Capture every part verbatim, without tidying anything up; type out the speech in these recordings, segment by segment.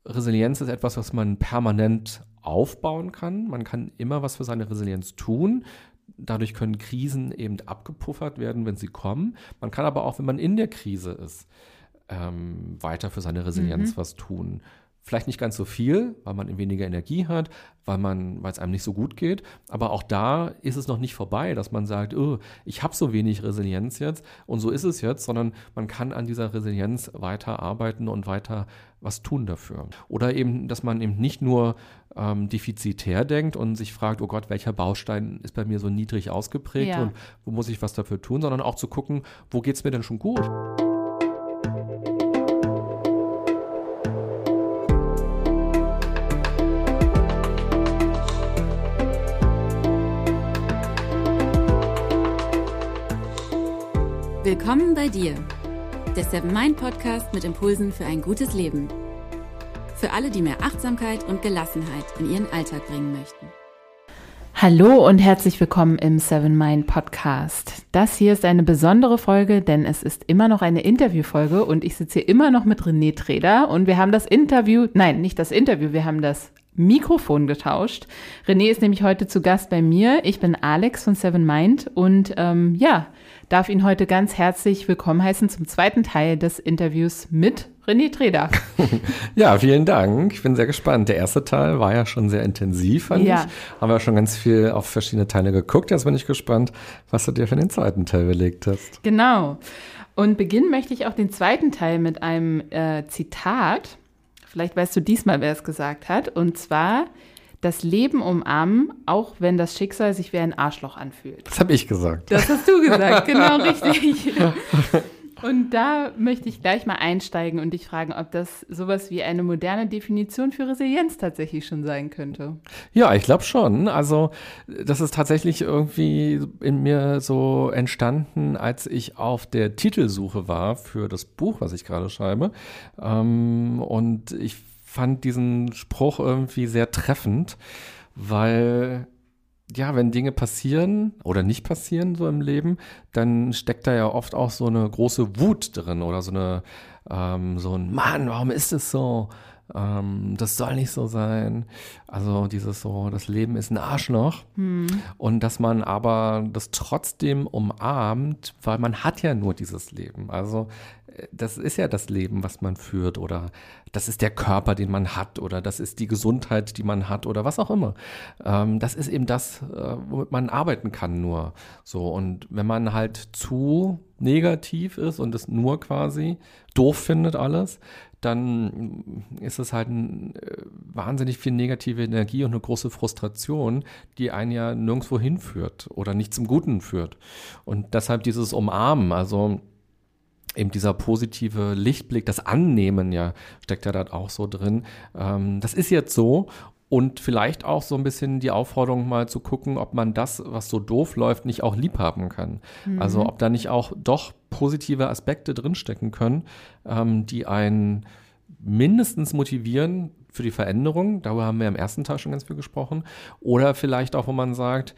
Resilienz ist etwas, was man permanent aufbauen kann. Man kann immer was für seine Resilienz tun. Dadurch können Krisen eben abgepuffert werden, wenn sie kommen. Man kann aber auch, wenn man in der Krise ist, ähm, weiter für seine Resilienz mhm. was tun. Vielleicht nicht ganz so viel, weil man weniger Energie hat, weil man, weil es einem nicht so gut geht. Aber auch da ist es noch nicht vorbei, dass man sagt, oh, ich habe so wenig Resilienz jetzt und so ist es jetzt, sondern man kann an dieser Resilienz weiter arbeiten und weiter was tun dafür. Oder eben, dass man eben nicht nur ähm, defizitär denkt und sich fragt, oh Gott, welcher Baustein ist bei mir so niedrig ausgeprägt ja. und wo muss ich was dafür tun, sondern auch zu gucken, wo geht es mir denn schon gut? Willkommen bei dir, der Seven Mind Podcast mit Impulsen für ein gutes Leben. Für alle, die mehr Achtsamkeit und Gelassenheit in ihren Alltag bringen möchten. Hallo und herzlich willkommen im Seven Mind Podcast. Das hier ist eine besondere Folge, denn es ist immer noch eine Interviewfolge und ich sitze hier immer noch mit René Treder und wir haben das Interview, nein, nicht das Interview, wir haben das Mikrofon getauscht. René ist nämlich heute zu Gast bei mir. Ich bin Alex von Seven Mind und ähm, ja, darf ihn heute ganz herzlich willkommen heißen zum zweiten Teil des Interviews mit René Treder. Ja, vielen Dank. Ich bin sehr gespannt. Der erste Teil war ja schon sehr intensiv, fand ja. ich. Haben wir schon ganz viel auf verschiedene Teile geguckt. Jetzt bin ich gespannt, was du dir für den zweiten Teil überlegt hast. Genau. Und beginnen möchte ich auch den zweiten Teil mit einem äh, Zitat. Vielleicht weißt du diesmal, wer es gesagt hat. Und zwar: Das Leben umarmen, auch wenn das Schicksal sich wie ein Arschloch anfühlt. Das habe ich gesagt. Das hast du gesagt, genau richtig. Und da möchte ich gleich mal einsteigen und dich fragen, ob das sowas wie eine moderne Definition für Resilienz tatsächlich schon sein könnte. Ja, ich glaube schon. Also das ist tatsächlich irgendwie in mir so entstanden, als ich auf der Titelsuche war für das Buch, was ich gerade schreibe. Und ich fand diesen Spruch irgendwie sehr treffend, weil ja, wenn Dinge passieren oder nicht passieren so im Leben, dann steckt da ja oft auch so eine große Wut drin oder so eine ähm, so ein Mann, warum ist es so? Ähm, das soll nicht so sein. Also dieses so, das Leben ist ein Arschloch. Hm. Und dass man aber das trotzdem umarmt, weil man hat ja nur dieses Leben. Also das ist ja das Leben, was man führt, oder das ist der Körper, den man hat, oder das ist die Gesundheit, die man hat, oder was auch immer. Ähm, das ist eben das, äh, womit man arbeiten kann nur. So, und wenn man halt zu negativ ist und es nur quasi doof findet alles, dann ist es halt ein, äh, wahnsinnig viel negative Energie und eine große Frustration, die einen ja nirgendwo hinführt oder nicht zum Guten führt. Und deshalb dieses Umarmen, also eben dieser positive Lichtblick, das Annehmen, ja, steckt ja da auch so drin. Ähm, das ist jetzt so. Und vielleicht auch so ein bisschen die Aufforderung mal zu gucken, ob man das, was so doof läuft, nicht auch lieb haben kann. Mhm. Also ob da nicht auch doch positive Aspekte drinstecken können, ähm, die einen mindestens motivieren für die Veränderung. Darüber haben wir im ersten Teil schon ganz viel gesprochen. Oder vielleicht auch, wo man sagt,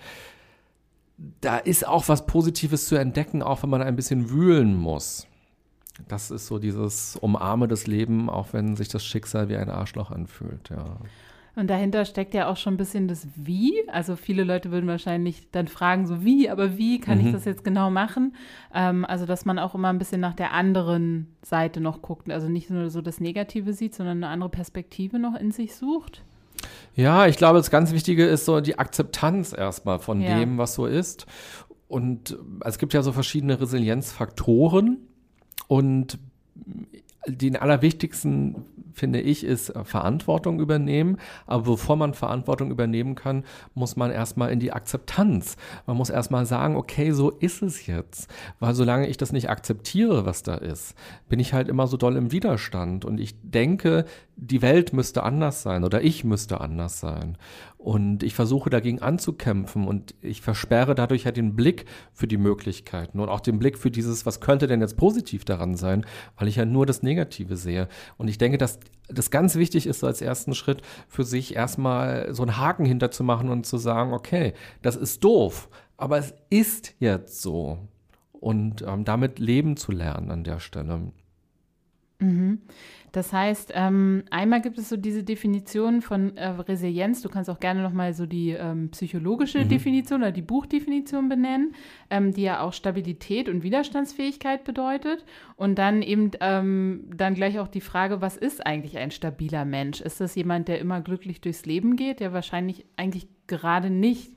da ist auch was Positives zu entdecken, auch wenn man ein bisschen wühlen muss. Das ist so dieses Umarme das Leben, auch wenn sich das Schicksal wie ein Arschloch anfühlt, ja. Und dahinter steckt ja auch schon ein bisschen das Wie. Also viele Leute würden wahrscheinlich dann fragen, so wie, aber wie kann mhm. ich das jetzt genau machen? Ähm, also dass man auch immer ein bisschen nach der anderen Seite noch guckt. Also nicht nur so das Negative sieht, sondern eine andere Perspektive noch in sich sucht. Ja, ich glaube, das ganz Wichtige ist so die Akzeptanz erstmal von ja. dem, was so ist. Und es gibt ja so verschiedene Resilienzfaktoren. Und den allerwichtigsten, finde ich, ist Verantwortung übernehmen. Aber bevor man Verantwortung übernehmen kann, muss man erstmal in die Akzeptanz. Man muss erstmal sagen, okay, so ist es jetzt. Weil solange ich das nicht akzeptiere, was da ist, bin ich halt immer so doll im Widerstand. Und ich denke, die Welt müsste anders sein oder ich müsste anders sein. Und ich versuche dagegen anzukämpfen und ich versperre dadurch ja den Blick für die Möglichkeiten und auch den Blick für dieses, was könnte denn jetzt positiv daran sein, weil ich ja nur das Negative sehe. Und ich denke, dass das ganz wichtig ist, so als ersten Schritt für sich erstmal so einen Haken hinterzumachen und zu sagen, okay, das ist doof, aber es ist jetzt so. Und ähm, damit leben zu lernen an der Stelle. Mhm. Das heißt, ähm, einmal gibt es so diese Definition von äh, Resilienz. Du kannst auch gerne nochmal so die ähm, psychologische mhm. Definition oder die Buchdefinition benennen, ähm, die ja auch Stabilität und Widerstandsfähigkeit bedeutet. Und dann eben ähm, dann gleich auch die Frage, was ist eigentlich ein stabiler Mensch? Ist das jemand, der immer glücklich durchs Leben geht? Ja, wahrscheinlich eigentlich gerade nicht.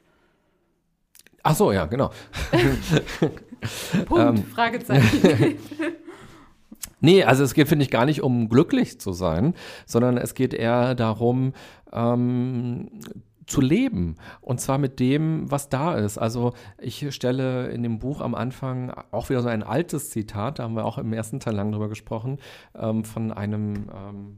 Ach so, ja, genau. Punkt, ähm, Fragezeichen. Nee, also es geht, finde ich, gar nicht um glücklich zu sein, sondern es geht eher darum, ähm, zu leben. Und zwar mit dem, was da ist. Also ich stelle in dem Buch am Anfang auch wieder so ein altes Zitat, da haben wir auch im ersten Teil lang drüber gesprochen, ähm, von einem ähm,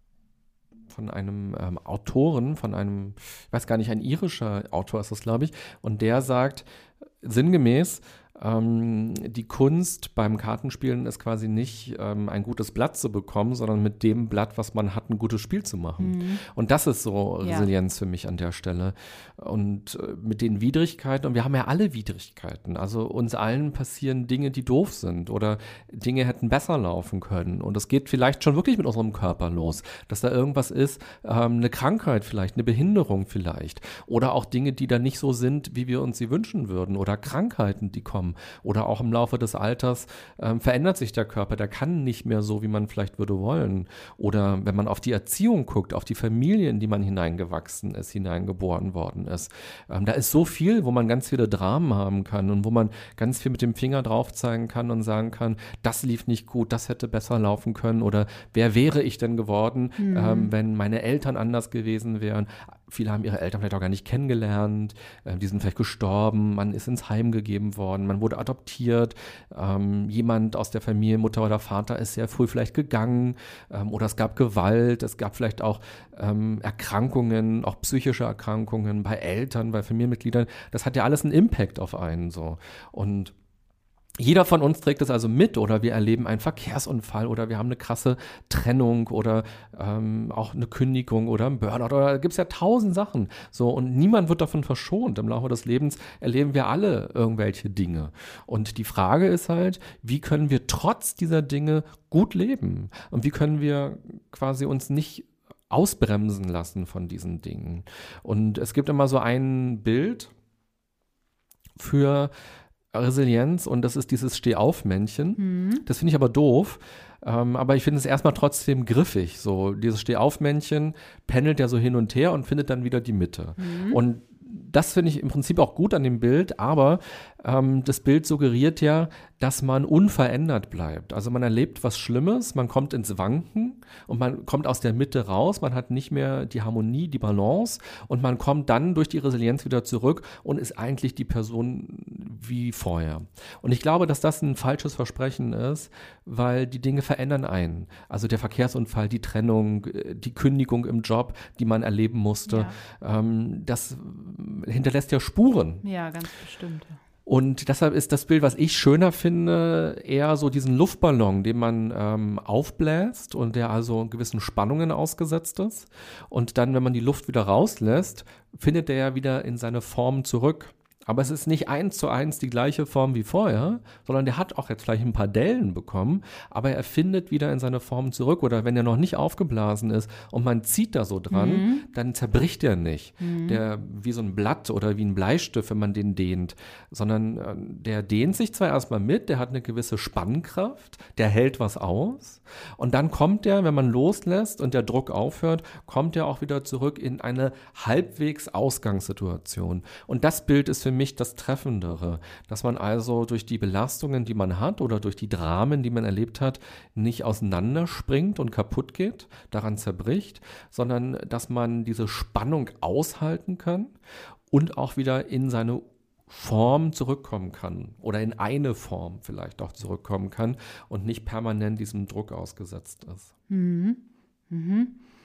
von einem ähm, Autoren, von einem, ich weiß gar nicht, ein irischer Autor ist das, glaube ich, und der sagt sinngemäß, ähm, die Kunst beim Kartenspielen ist quasi nicht ähm, ein gutes Blatt zu bekommen, sondern mit dem Blatt, was man hat, ein gutes Spiel zu machen. Mhm. Und das ist so Resilienz ja. für mich an der Stelle. Und äh, mit den Widrigkeiten, und wir haben ja alle Widrigkeiten, also uns allen passieren Dinge, die doof sind oder Dinge hätten besser laufen können. Und es geht vielleicht schon wirklich mit unserem Körper los, dass da irgendwas ist, ähm, eine Krankheit vielleicht, eine Behinderung vielleicht oder auch Dinge, die da nicht so sind, wie wir uns sie wünschen würden oder Krankheiten, die kommen. Oder auch im Laufe des Alters ähm, verändert sich der Körper, der kann nicht mehr so, wie man vielleicht würde wollen. Oder wenn man auf die Erziehung guckt, auf die Familie, in die man hineingewachsen ist, hineingeboren worden ist. Ähm, da ist so viel, wo man ganz viele Dramen haben kann und wo man ganz viel mit dem Finger drauf zeigen kann und sagen kann, das lief nicht gut, das hätte besser laufen können oder wer wäre ich denn geworden, mhm. ähm, wenn meine Eltern anders gewesen wären. Viele haben ihre Eltern vielleicht auch gar nicht kennengelernt, äh, die sind vielleicht gestorben, man ist ins Heim gegeben worden, man wurde adoptiert, ähm, jemand aus der Familie, Mutter oder Vater ist sehr früh vielleicht gegangen ähm, oder es gab Gewalt, es gab vielleicht auch ähm, Erkrankungen, auch psychische Erkrankungen bei Eltern, bei Familienmitgliedern. Das hat ja alles einen Impact auf einen so. Und jeder von uns trägt es also mit oder wir erleben einen Verkehrsunfall oder wir haben eine krasse Trennung oder ähm, auch eine Kündigung oder ein Burnout oder da gibt es ja tausend Sachen. So, und niemand wird davon verschont. Im Laufe des Lebens erleben wir alle irgendwelche Dinge. Und die Frage ist halt, wie können wir trotz dieser Dinge gut leben? Und wie können wir quasi uns nicht ausbremsen lassen von diesen Dingen? Und es gibt immer so ein Bild für Resilienz und das ist dieses Steh-auf-Männchen. Mhm. Das finde ich aber doof, ähm, aber ich finde es erstmal trotzdem griffig. So, dieses Steh-auf-Männchen pendelt ja so hin und her und findet dann wieder die Mitte. Mhm. Und das finde ich im Prinzip auch gut an dem Bild, aber ähm, das Bild suggeriert ja, dass man unverändert bleibt. Also man erlebt was Schlimmes, man kommt ins Wanken und man kommt aus der Mitte raus, man hat nicht mehr die Harmonie, die Balance und man kommt dann durch die Resilienz wieder zurück und ist eigentlich die Person wie vorher. Und ich glaube, dass das ein falsches Versprechen ist, weil die Dinge verändern einen. Also der Verkehrsunfall, die Trennung, die Kündigung im Job, die man erleben musste, ja. ähm, das hinterlässt ja Spuren. Ja, ganz bestimmt. Und deshalb ist das Bild, was ich schöner finde, eher so diesen Luftballon, den man ähm, aufbläst und der also gewissen Spannungen ausgesetzt ist. Und dann, wenn man die Luft wieder rauslässt, findet der ja wieder in seine Form zurück. Aber es ist nicht eins zu eins die gleiche Form wie vorher, sondern der hat auch jetzt vielleicht ein paar Dellen bekommen, aber er findet wieder in seine Form zurück. Oder wenn er noch nicht aufgeblasen ist und man zieht da so dran, mhm. dann zerbricht er nicht. Mhm. Der wie so ein Blatt oder wie ein Bleistift, wenn man den dehnt, sondern äh, der dehnt sich zwar erstmal mit, der hat eine gewisse Spannkraft, der hält was aus und dann kommt der, wenn man loslässt und der Druck aufhört, kommt er auch wieder zurück in eine halbwegs Ausgangssituation. Und das Bild ist für mich das Treffendere, dass man also durch die Belastungen, die man hat oder durch die Dramen, die man erlebt hat, nicht auseinanderspringt und kaputt geht, daran zerbricht, sondern dass man diese Spannung aushalten kann und auch wieder in seine Form zurückkommen kann oder in eine Form vielleicht auch zurückkommen kann und nicht permanent diesem Druck ausgesetzt ist. Mhm. Mhm.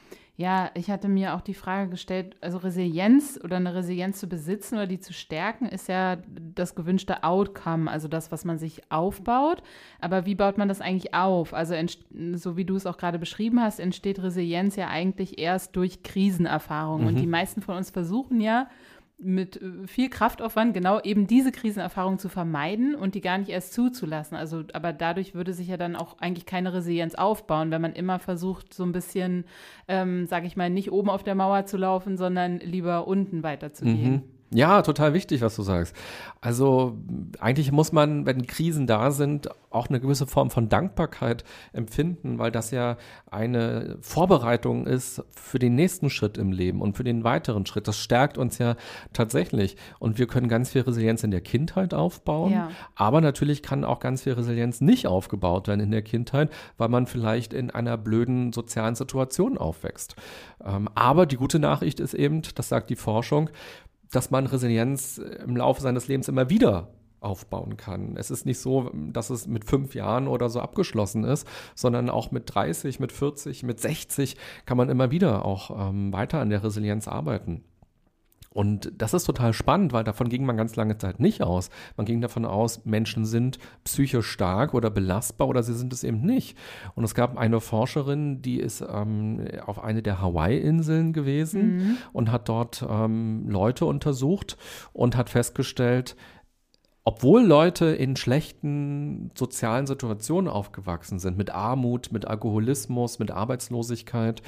Ja, ich hatte mir auch die Frage gestellt, also Resilienz oder eine Resilienz zu besitzen oder die zu stärken, ist ja das gewünschte Outcome, also das, was man sich aufbaut. Aber wie baut man das eigentlich auf? Also ent- so wie du es auch gerade beschrieben hast, entsteht Resilienz ja eigentlich erst durch Krisenerfahrungen. Mhm. Und die meisten von uns versuchen ja, mit viel Kraftaufwand genau eben diese Krisenerfahrung zu vermeiden und die gar nicht erst zuzulassen. Also, aber dadurch würde sich ja dann auch eigentlich keine Resilienz aufbauen, wenn man immer versucht, so ein bisschen, ähm, sage ich mal, nicht oben auf der Mauer zu laufen, sondern lieber unten weiterzugehen. Mhm. Ja, total wichtig, was du sagst. Also eigentlich muss man, wenn Krisen da sind, auch eine gewisse Form von Dankbarkeit empfinden, weil das ja eine Vorbereitung ist für den nächsten Schritt im Leben und für den weiteren Schritt. Das stärkt uns ja tatsächlich und wir können ganz viel Resilienz in der Kindheit aufbauen, Ja. aber natürlich kann auch ganz viel Resilienz nicht aufgebaut werden in der Kindheit, weil man vielleicht in einer blöden sozialen Situation aufwächst. Ähm, aber die gute Nachricht ist eben, das sagt die Forschung, dass man Resilienz im Laufe seines Lebens immer wieder aufbauen kann. Es ist nicht so, dass es mit fünf Jahren oder so abgeschlossen ist, sondern auch mit dreißig, mit vierzig, mit sechzig kann man immer wieder auch ähm, weiter an der Resilienz arbeiten. Und das ist total spannend, weil davon ging man ganz lange Zeit nicht aus. Man ging davon aus, Menschen sind psychisch stark oder belastbar oder sie sind es eben nicht. Und es gab eine Forscherin, die ist ähm, auf eine der Hawaii-Inseln gewesen mhm. und hat dort ähm, Leute untersucht und hat festgestellt, obwohl Leute in schlechten sozialen Situationen aufgewachsen sind, mit Armut, mit Alkoholismus, mit Arbeitslosigkeit,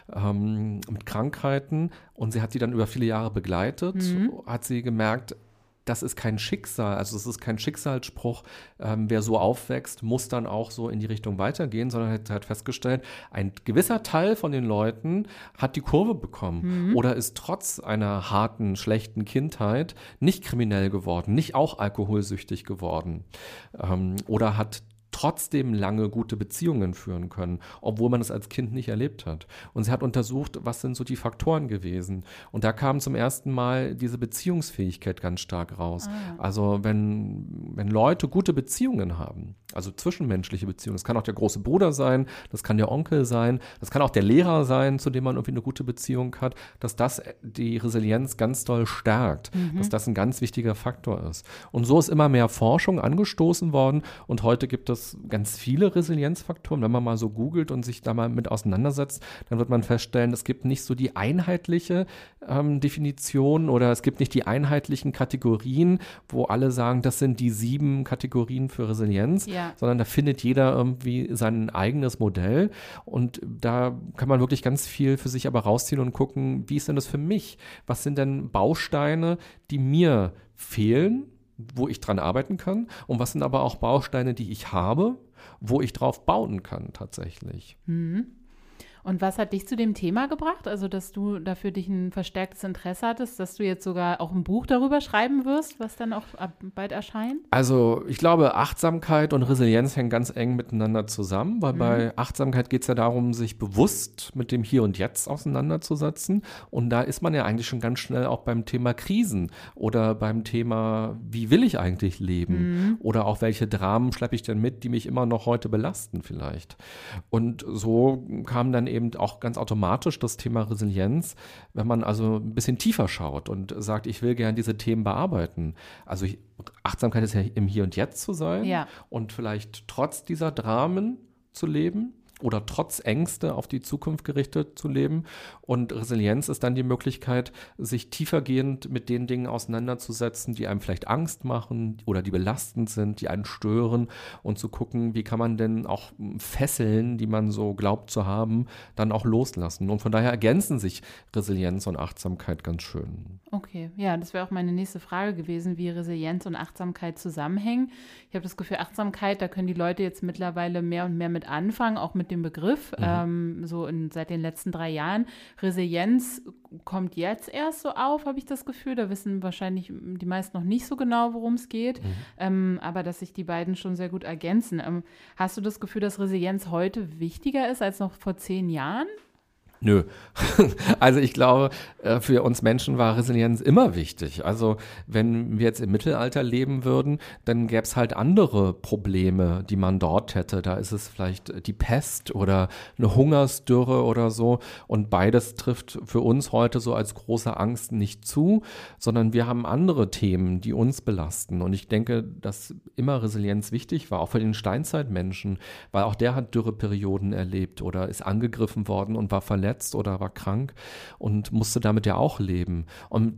ähm, mit Krankheiten, und sie hat die dann über viele Jahre begleitet, mhm. hat sie gemerkt, das ist kein Schicksal, also es ist kein Schicksalsspruch, ähm, wer so aufwächst, muss dann auch so in die Richtung weitergehen, sondern hat, hat festgestellt, ein gewisser Teil von den Leuten hat die Kurve bekommen mhm. oder ist trotz einer harten, schlechten Kindheit nicht kriminell geworden, nicht auch alkoholsüchtig geworden ähm, oder hat trotzdem lange gute Beziehungen führen können, obwohl man es als Kind nicht erlebt hat. Und sie hat untersucht, was sind so die Faktoren gewesen. Und da kam zum ersten Mal diese Beziehungsfähigkeit ganz stark raus. Ah. Also wenn, wenn Leute gute Beziehungen haben, also zwischenmenschliche Beziehungen, das kann auch der große Bruder sein, das kann der Onkel sein, das kann auch der Lehrer sein, zu dem man irgendwie eine gute Beziehung hat, dass das die Resilienz ganz doll stärkt, mhm. dass das ein ganz wichtiger Faktor ist. Und so ist immer mehr Forschung angestoßen worden und heute gibt es ganz viele Resilienzfaktoren. Wenn man mal so googelt und sich da mal mit auseinandersetzt, dann wird man feststellen, es gibt nicht so die einheitliche ähm, Definition oder es gibt nicht die einheitlichen Kategorien, wo alle sagen, das sind die sieben Kategorien für Resilienz, ja. sondern da findet jeder irgendwie sein eigenes Modell und da kann man wirklich ganz viel für sich aber rausziehen und gucken, wie ist denn das für mich? Was sind denn Bausteine, die mir fehlen, wo ich dran arbeiten kann und was sind aber auch Bausteine, die ich habe, wo ich drauf bauen kann tatsächlich. Mhm. Und was hat dich zu dem Thema gebracht? Also, dass du dafür dich ein verstärktes Interesse hattest, dass du jetzt sogar auch ein Buch darüber schreiben wirst, was dann auch bald erscheint? Also, ich glaube, Achtsamkeit und Resilienz hängen ganz eng miteinander zusammen, weil mhm. bei Achtsamkeit geht es ja darum, sich bewusst mit dem Hier und Jetzt auseinanderzusetzen. Und da ist man ja eigentlich schon ganz schnell auch beim Thema Krisen oder beim Thema, wie will ich eigentlich leben? Mhm. Oder auch, welche Dramen schleppe ich denn mit, die mich immer noch heute belasten vielleicht? Und so kam dann eben auch ganz automatisch das Thema Resilienz, wenn man also ein bisschen tiefer schaut und sagt, ich will gerne diese Themen bearbeiten. Also ich, Achtsamkeit ist ja im Hier und Jetzt zu sein ja. und vielleicht trotz dieser Dramen zu leben oder trotz Ängste auf die Zukunft gerichtet zu leben. Und Resilienz ist dann die Möglichkeit, sich tiefergehend mit den Dingen auseinanderzusetzen, die einem vielleicht Angst machen oder die belastend sind, die einen stören und zu gucken, wie kann man denn auch Fesseln, die man so glaubt zu haben, dann auch loslassen. Und von daher ergänzen sich Resilienz und Achtsamkeit ganz schön. Okay, ja, das wäre auch meine nächste Frage gewesen, wie Resilienz und Achtsamkeit zusammenhängen. Ich habe das Gefühl, Achtsamkeit, da können die Leute jetzt mittlerweile mehr und mehr mit anfangen, auch mit dem Begriff, mhm. ähm, so in, seit den letzten drei Jahren. Resilienz kommt jetzt erst so auf, habe ich das Gefühl. Da wissen wahrscheinlich die meisten noch nicht so genau, worum es geht, mhm. ähm, aber dass sich die beiden schon sehr gut ergänzen. Ähm, hast du das Gefühl, dass Resilienz heute wichtiger ist als noch vor zehn Jahren? Nö. Also ich glaube, für uns Menschen war Resilienz immer wichtig. Also wenn wir jetzt im Mittelalter leben würden, dann gäbe es halt andere Probleme, die man dort hätte. Da ist es vielleicht die Pest oder eine Hungersdürre oder so. Und beides trifft für uns heute so als große Angst nicht zu, sondern wir haben andere Themen, die uns belasten. Und ich denke, dass immer Resilienz wichtig war, auch für den Steinzeitmenschen, weil auch der hat Dürreperioden erlebt oder ist angegriffen worden und war verletzt oder war krank und musste damit ja auch leben. Und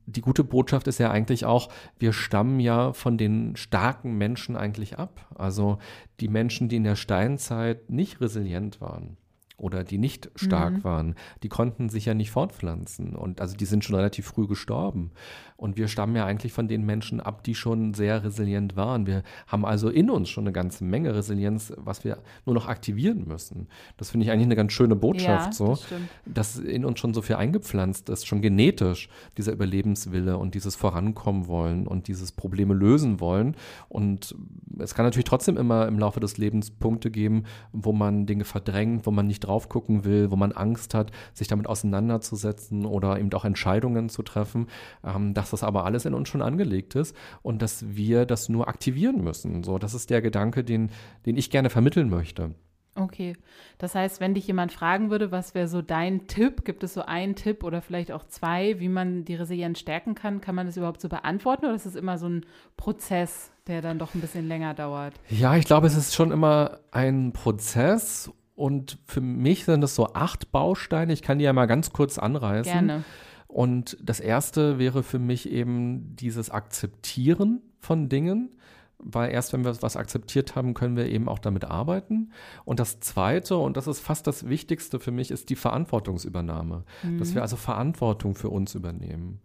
die gute Botschaft ist ja eigentlich auch, wir stammen ja von den starken Menschen eigentlich ab. Also die Menschen, die in der Steinzeit nicht resilient waren oder die nicht stark mhm. waren, die konnten sich ja nicht fortpflanzen. Und also die sind schon relativ früh gestorben. Und wir stammen ja eigentlich von den Menschen ab, die schon sehr resilient waren. Wir haben also in uns schon eine ganze Menge Resilienz, was wir nur noch aktivieren müssen. Das finde ich eigentlich eine ganz schöne Botschaft, ja, so, das stimmt. Dass in uns schon so viel eingepflanzt ist, schon genetisch, dieser Überlebenswille und dieses Vorankommen wollen und dieses Probleme lösen wollen. Und es kann natürlich trotzdem immer im Laufe des Lebens Punkte geben, wo man Dinge verdrängt, wo man nicht drauf gucken will, wo man Angst hat, sich damit auseinanderzusetzen oder eben auch Entscheidungen zu treffen, ähm, dass das aber alles in uns schon angelegt ist und dass wir das nur aktivieren müssen. So, das ist der Gedanke, den, den ich gerne vermitteln möchte. Okay, das heißt, wenn dich jemand fragen würde, was wäre so dein Tipp, gibt es so einen Tipp oder vielleicht auch zwei, wie man die Resilienz stärken kann, kann man das überhaupt so beantworten oder ist es immer so ein Prozess, der dann doch ein bisschen länger dauert? Ja, ich glaube, es ist schon immer ein Prozess. Und für mich sind es so acht Bausteine. Ich kann die ja mal ganz kurz anreißen. Gerne. Und das erste wäre für mich eben dieses Akzeptieren von Dingen, weil erst wenn wir was akzeptiert haben, können wir eben auch damit arbeiten. Und das zweite, und das ist fast das Wichtigste für mich, ist die Verantwortungsübernahme. Mhm. Dass wir also Verantwortung für uns übernehmen.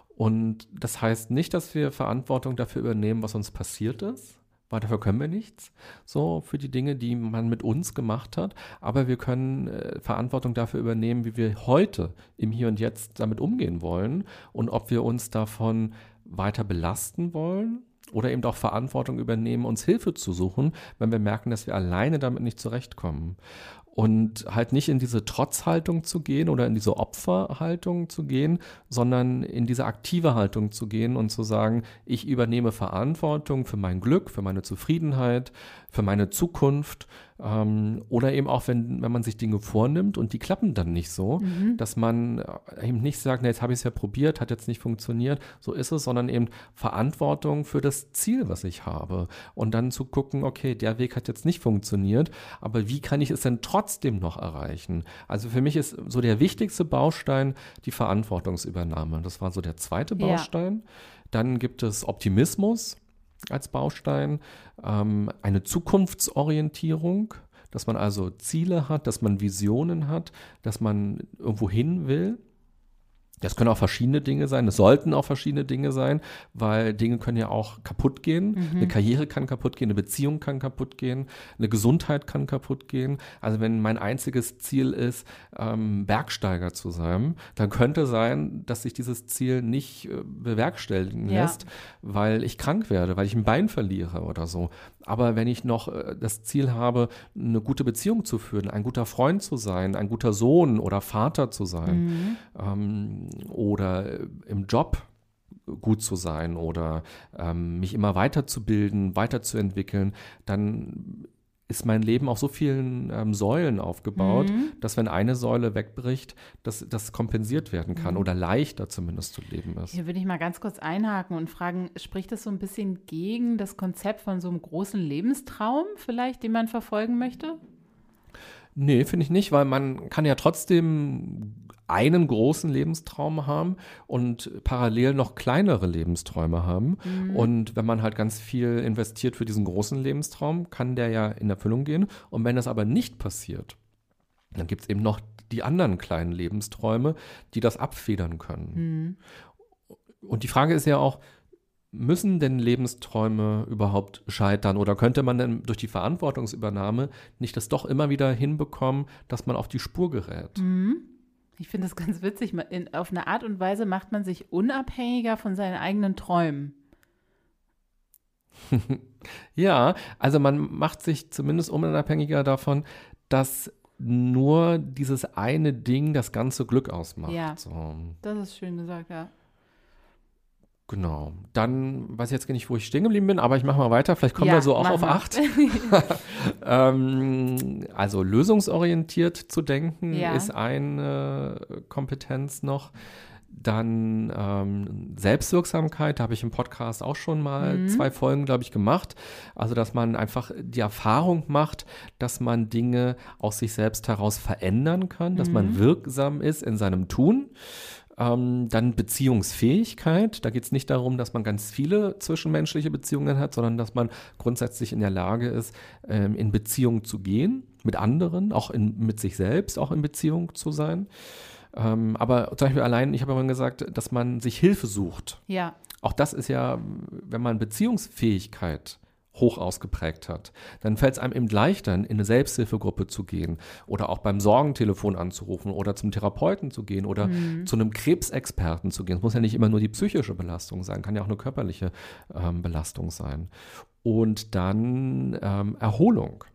Und das heißt nicht, dass wir Verantwortung dafür übernehmen, was uns passiert ist. Weil dafür können wir nichts, so für die Dinge, die man mit uns gemacht hat. Aber wir können äh, Verantwortung dafür übernehmen, wie wir heute im Hier und Jetzt damit umgehen wollen und ob wir uns davon weiter belasten wollen oder eben auch Verantwortung übernehmen, uns Hilfe zu suchen, wenn wir merken, dass wir alleine damit nicht zurechtkommen. Und halt nicht in diese Trotzhaltung zu gehen oder in diese Opferhaltung zu gehen, sondern in diese aktive Haltung zu gehen und zu sagen, ich übernehme Verantwortung für mein Glück, für meine Zufriedenheit, für meine Zukunft. Ähm, oder eben auch, wenn, wenn man sich Dinge vornimmt und die klappen dann nicht so, mhm. dass man eben nicht sagt, na, jetzt habe ich es ja probiert, hat jetzt nicht funktioniert, so ist es, sondern eben Verantwortung für das Ziel, was ich habe. Und dann zu gucken, okay, der Weg hat jetzt nicht funktioniert, aber wie kann ich es denn trotzdem noch erreichen? Also für mich ist so der wichtigste Baustein die Verantwortungsübernahme. Das war so der zweite Baustein. Ja. Dann gibt es Optimismus als Baustein, ähm, eine Zukunftsorientierung, dass man also Ziele hat, dass man Visionen hat, dass man irgendwo hin will. Das können auch verschiedene Dinge sein, es sollten auch verschiedene Dinge sein, weil Dinge können ja auch kaputt gehen. Mhm. Eine Karriere kann kaputt gehen, eine Beziehung kann kaputt gehen, eine Gesundheit kann kaputt gehen. Also wenn mein einziges Ziel ist, ähm, Bergsteiger zu sein, dann könnte sein, dass sich dieses Ziel nicht äh, bewerkstelligen ja. lässt, weil ich krank werde, weil ich ein Bein verliere oder so. Aber wenn ich noch äh, das Ziel habe, eine gute Beziehung zu führen, ein guter Freund zu sein, ein guter Sohn oder Vater zu sein, mhm. ähm, oder im Job gut zu sein oder ähm, mich immer weiterzubilden, weiterzuentwickeln, dann ist mein Leben auf so vielen ähm, Säulen aufgebaut, mhm. dass wenn eine Säule wegbricht, dass das kompensiert werden kann mhm. oder leichter zumindest zu leben ist. Hier würde ich mal ganz kurz einhaken und fragen, spricht das so ein bisschen gegen das Konzept von so einem großen Lebenstraum vielleicht, den man verfolgen möchte? Nee, finde ich nicht, weil man kann ja trotzdem einen großen Lebenstraum haben und parallel noch kleinere Lebensträume haben. Mhm. Und wenn man halt ganz viel investiert für diesen großen Lebenstraum, kann der ja in Erfüllung gehen. Und wenn das aber nicht passiert, dann gibt es eben noch die anderen kleinen Lebensträume, die das abfedern können. Mhm. Und die Frage ist ja auch, müssen denn Lebensträume überhaupt scheitern oder könnte man denn durch die Verantwortungsübernahme nicht das doch immer wieder hinbekommen, dass man auf die Spur gerät? Mhm. Ich finde das ganz witzig. In, auf eine Art und Weise macht man sich unabhängiger von seinen eigenen Träumen. Ja, also man macht sich zumindest unabhängiger davon, dass nur dieses eine Ding das ganze Glück ausmacht. Ja, so. Das ist schön gesagt, ja. Genau. Dann weiß ich jetzt gar nicht, wo ich stehen geblieben bin, aber ich mache mal weiter. Vielleicht kommen ja, wir so auch auf mal. acht. ähm, also lösungsorientiert zu denken ja. ist eine Kompetenz noch. Dann ähm, Selbstwirksamkeit, da habe ich im Podcast auch schon mal mhm. zwei Folgen, glaube ich, gemacht. Also, dass man einfach die Erfahrung macht, dass man Dinge aus sich selbst heraus verändern kann, dass mhm. man wirksam ist in seinem Tun. Ähm, dann Beziehungsfähigkeit. Da geht es nicht darum, dass man ganz viele zwischenmenschliche Beziehungen hat, sondern dass man grundsätzlich in der Lage ist, ähm, in Beziehung zu gehen mit anderen, auch in, mit sich selbst auch in Beziehung zu sein. Ähm, aber zum Beispiel allein, ich habe immer gesagt, dass man sich Hilfe sucht. Ja. Auch das ist ja, wenn man Beziehungsfähigkeit hoch ausgeprägt hat, dann fällt es einem eben leichter, in eine Selbsthilfegruppe zu gehen oder auch beim Sorgentelefon anzurufen oder zum Therapeuten zu gehen oder mhm. zu einem Krebsexperten zu gehen. Es muss ja nicht immer nur die psychische Belastung sein, kann ja auch eine körperliche ähm, Belastung sein. Und dann ähm, Erholung.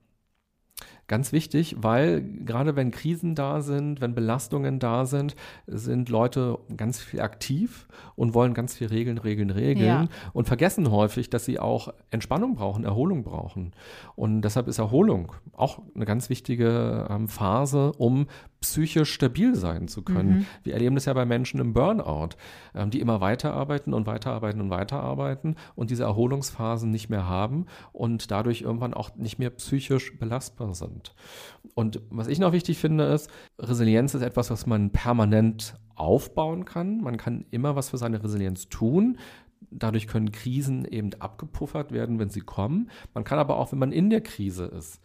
Ganz wichtig, weil gerade wenn Krisen da sind, wenn Belastungen da sind, sind Leute ganz viel aktiv und wollen ganz viel regeln, regeln, regeln ja. und vergessen häufig, dass sie auch Entspannung brauchen, Erholung brauchen. Und deshalb ist Erholung auch eine ganz wichtige ähm, Phase, um psychisch stabil sein zu können. Mhm. Wir erleben das ja bei Menschen im Burnout, ähm, die immer weiterarbeiten und weiterarbeiten und weiterarbeiten und diese Erholungsphasen nicht mehr haben und dadurch irgendwann auch nicht mehr psychisch belastbar sind. Und was ich noch wichtig finde, ist, Resilienz ist etwas, was man permanent aufbauen kann. Man kann immer was für seine Resilienz tun. Dadurch können Krisen eben abgepuffert werden, wenn sie kommen. Man kann aber auch, wenn man in der Krise ist,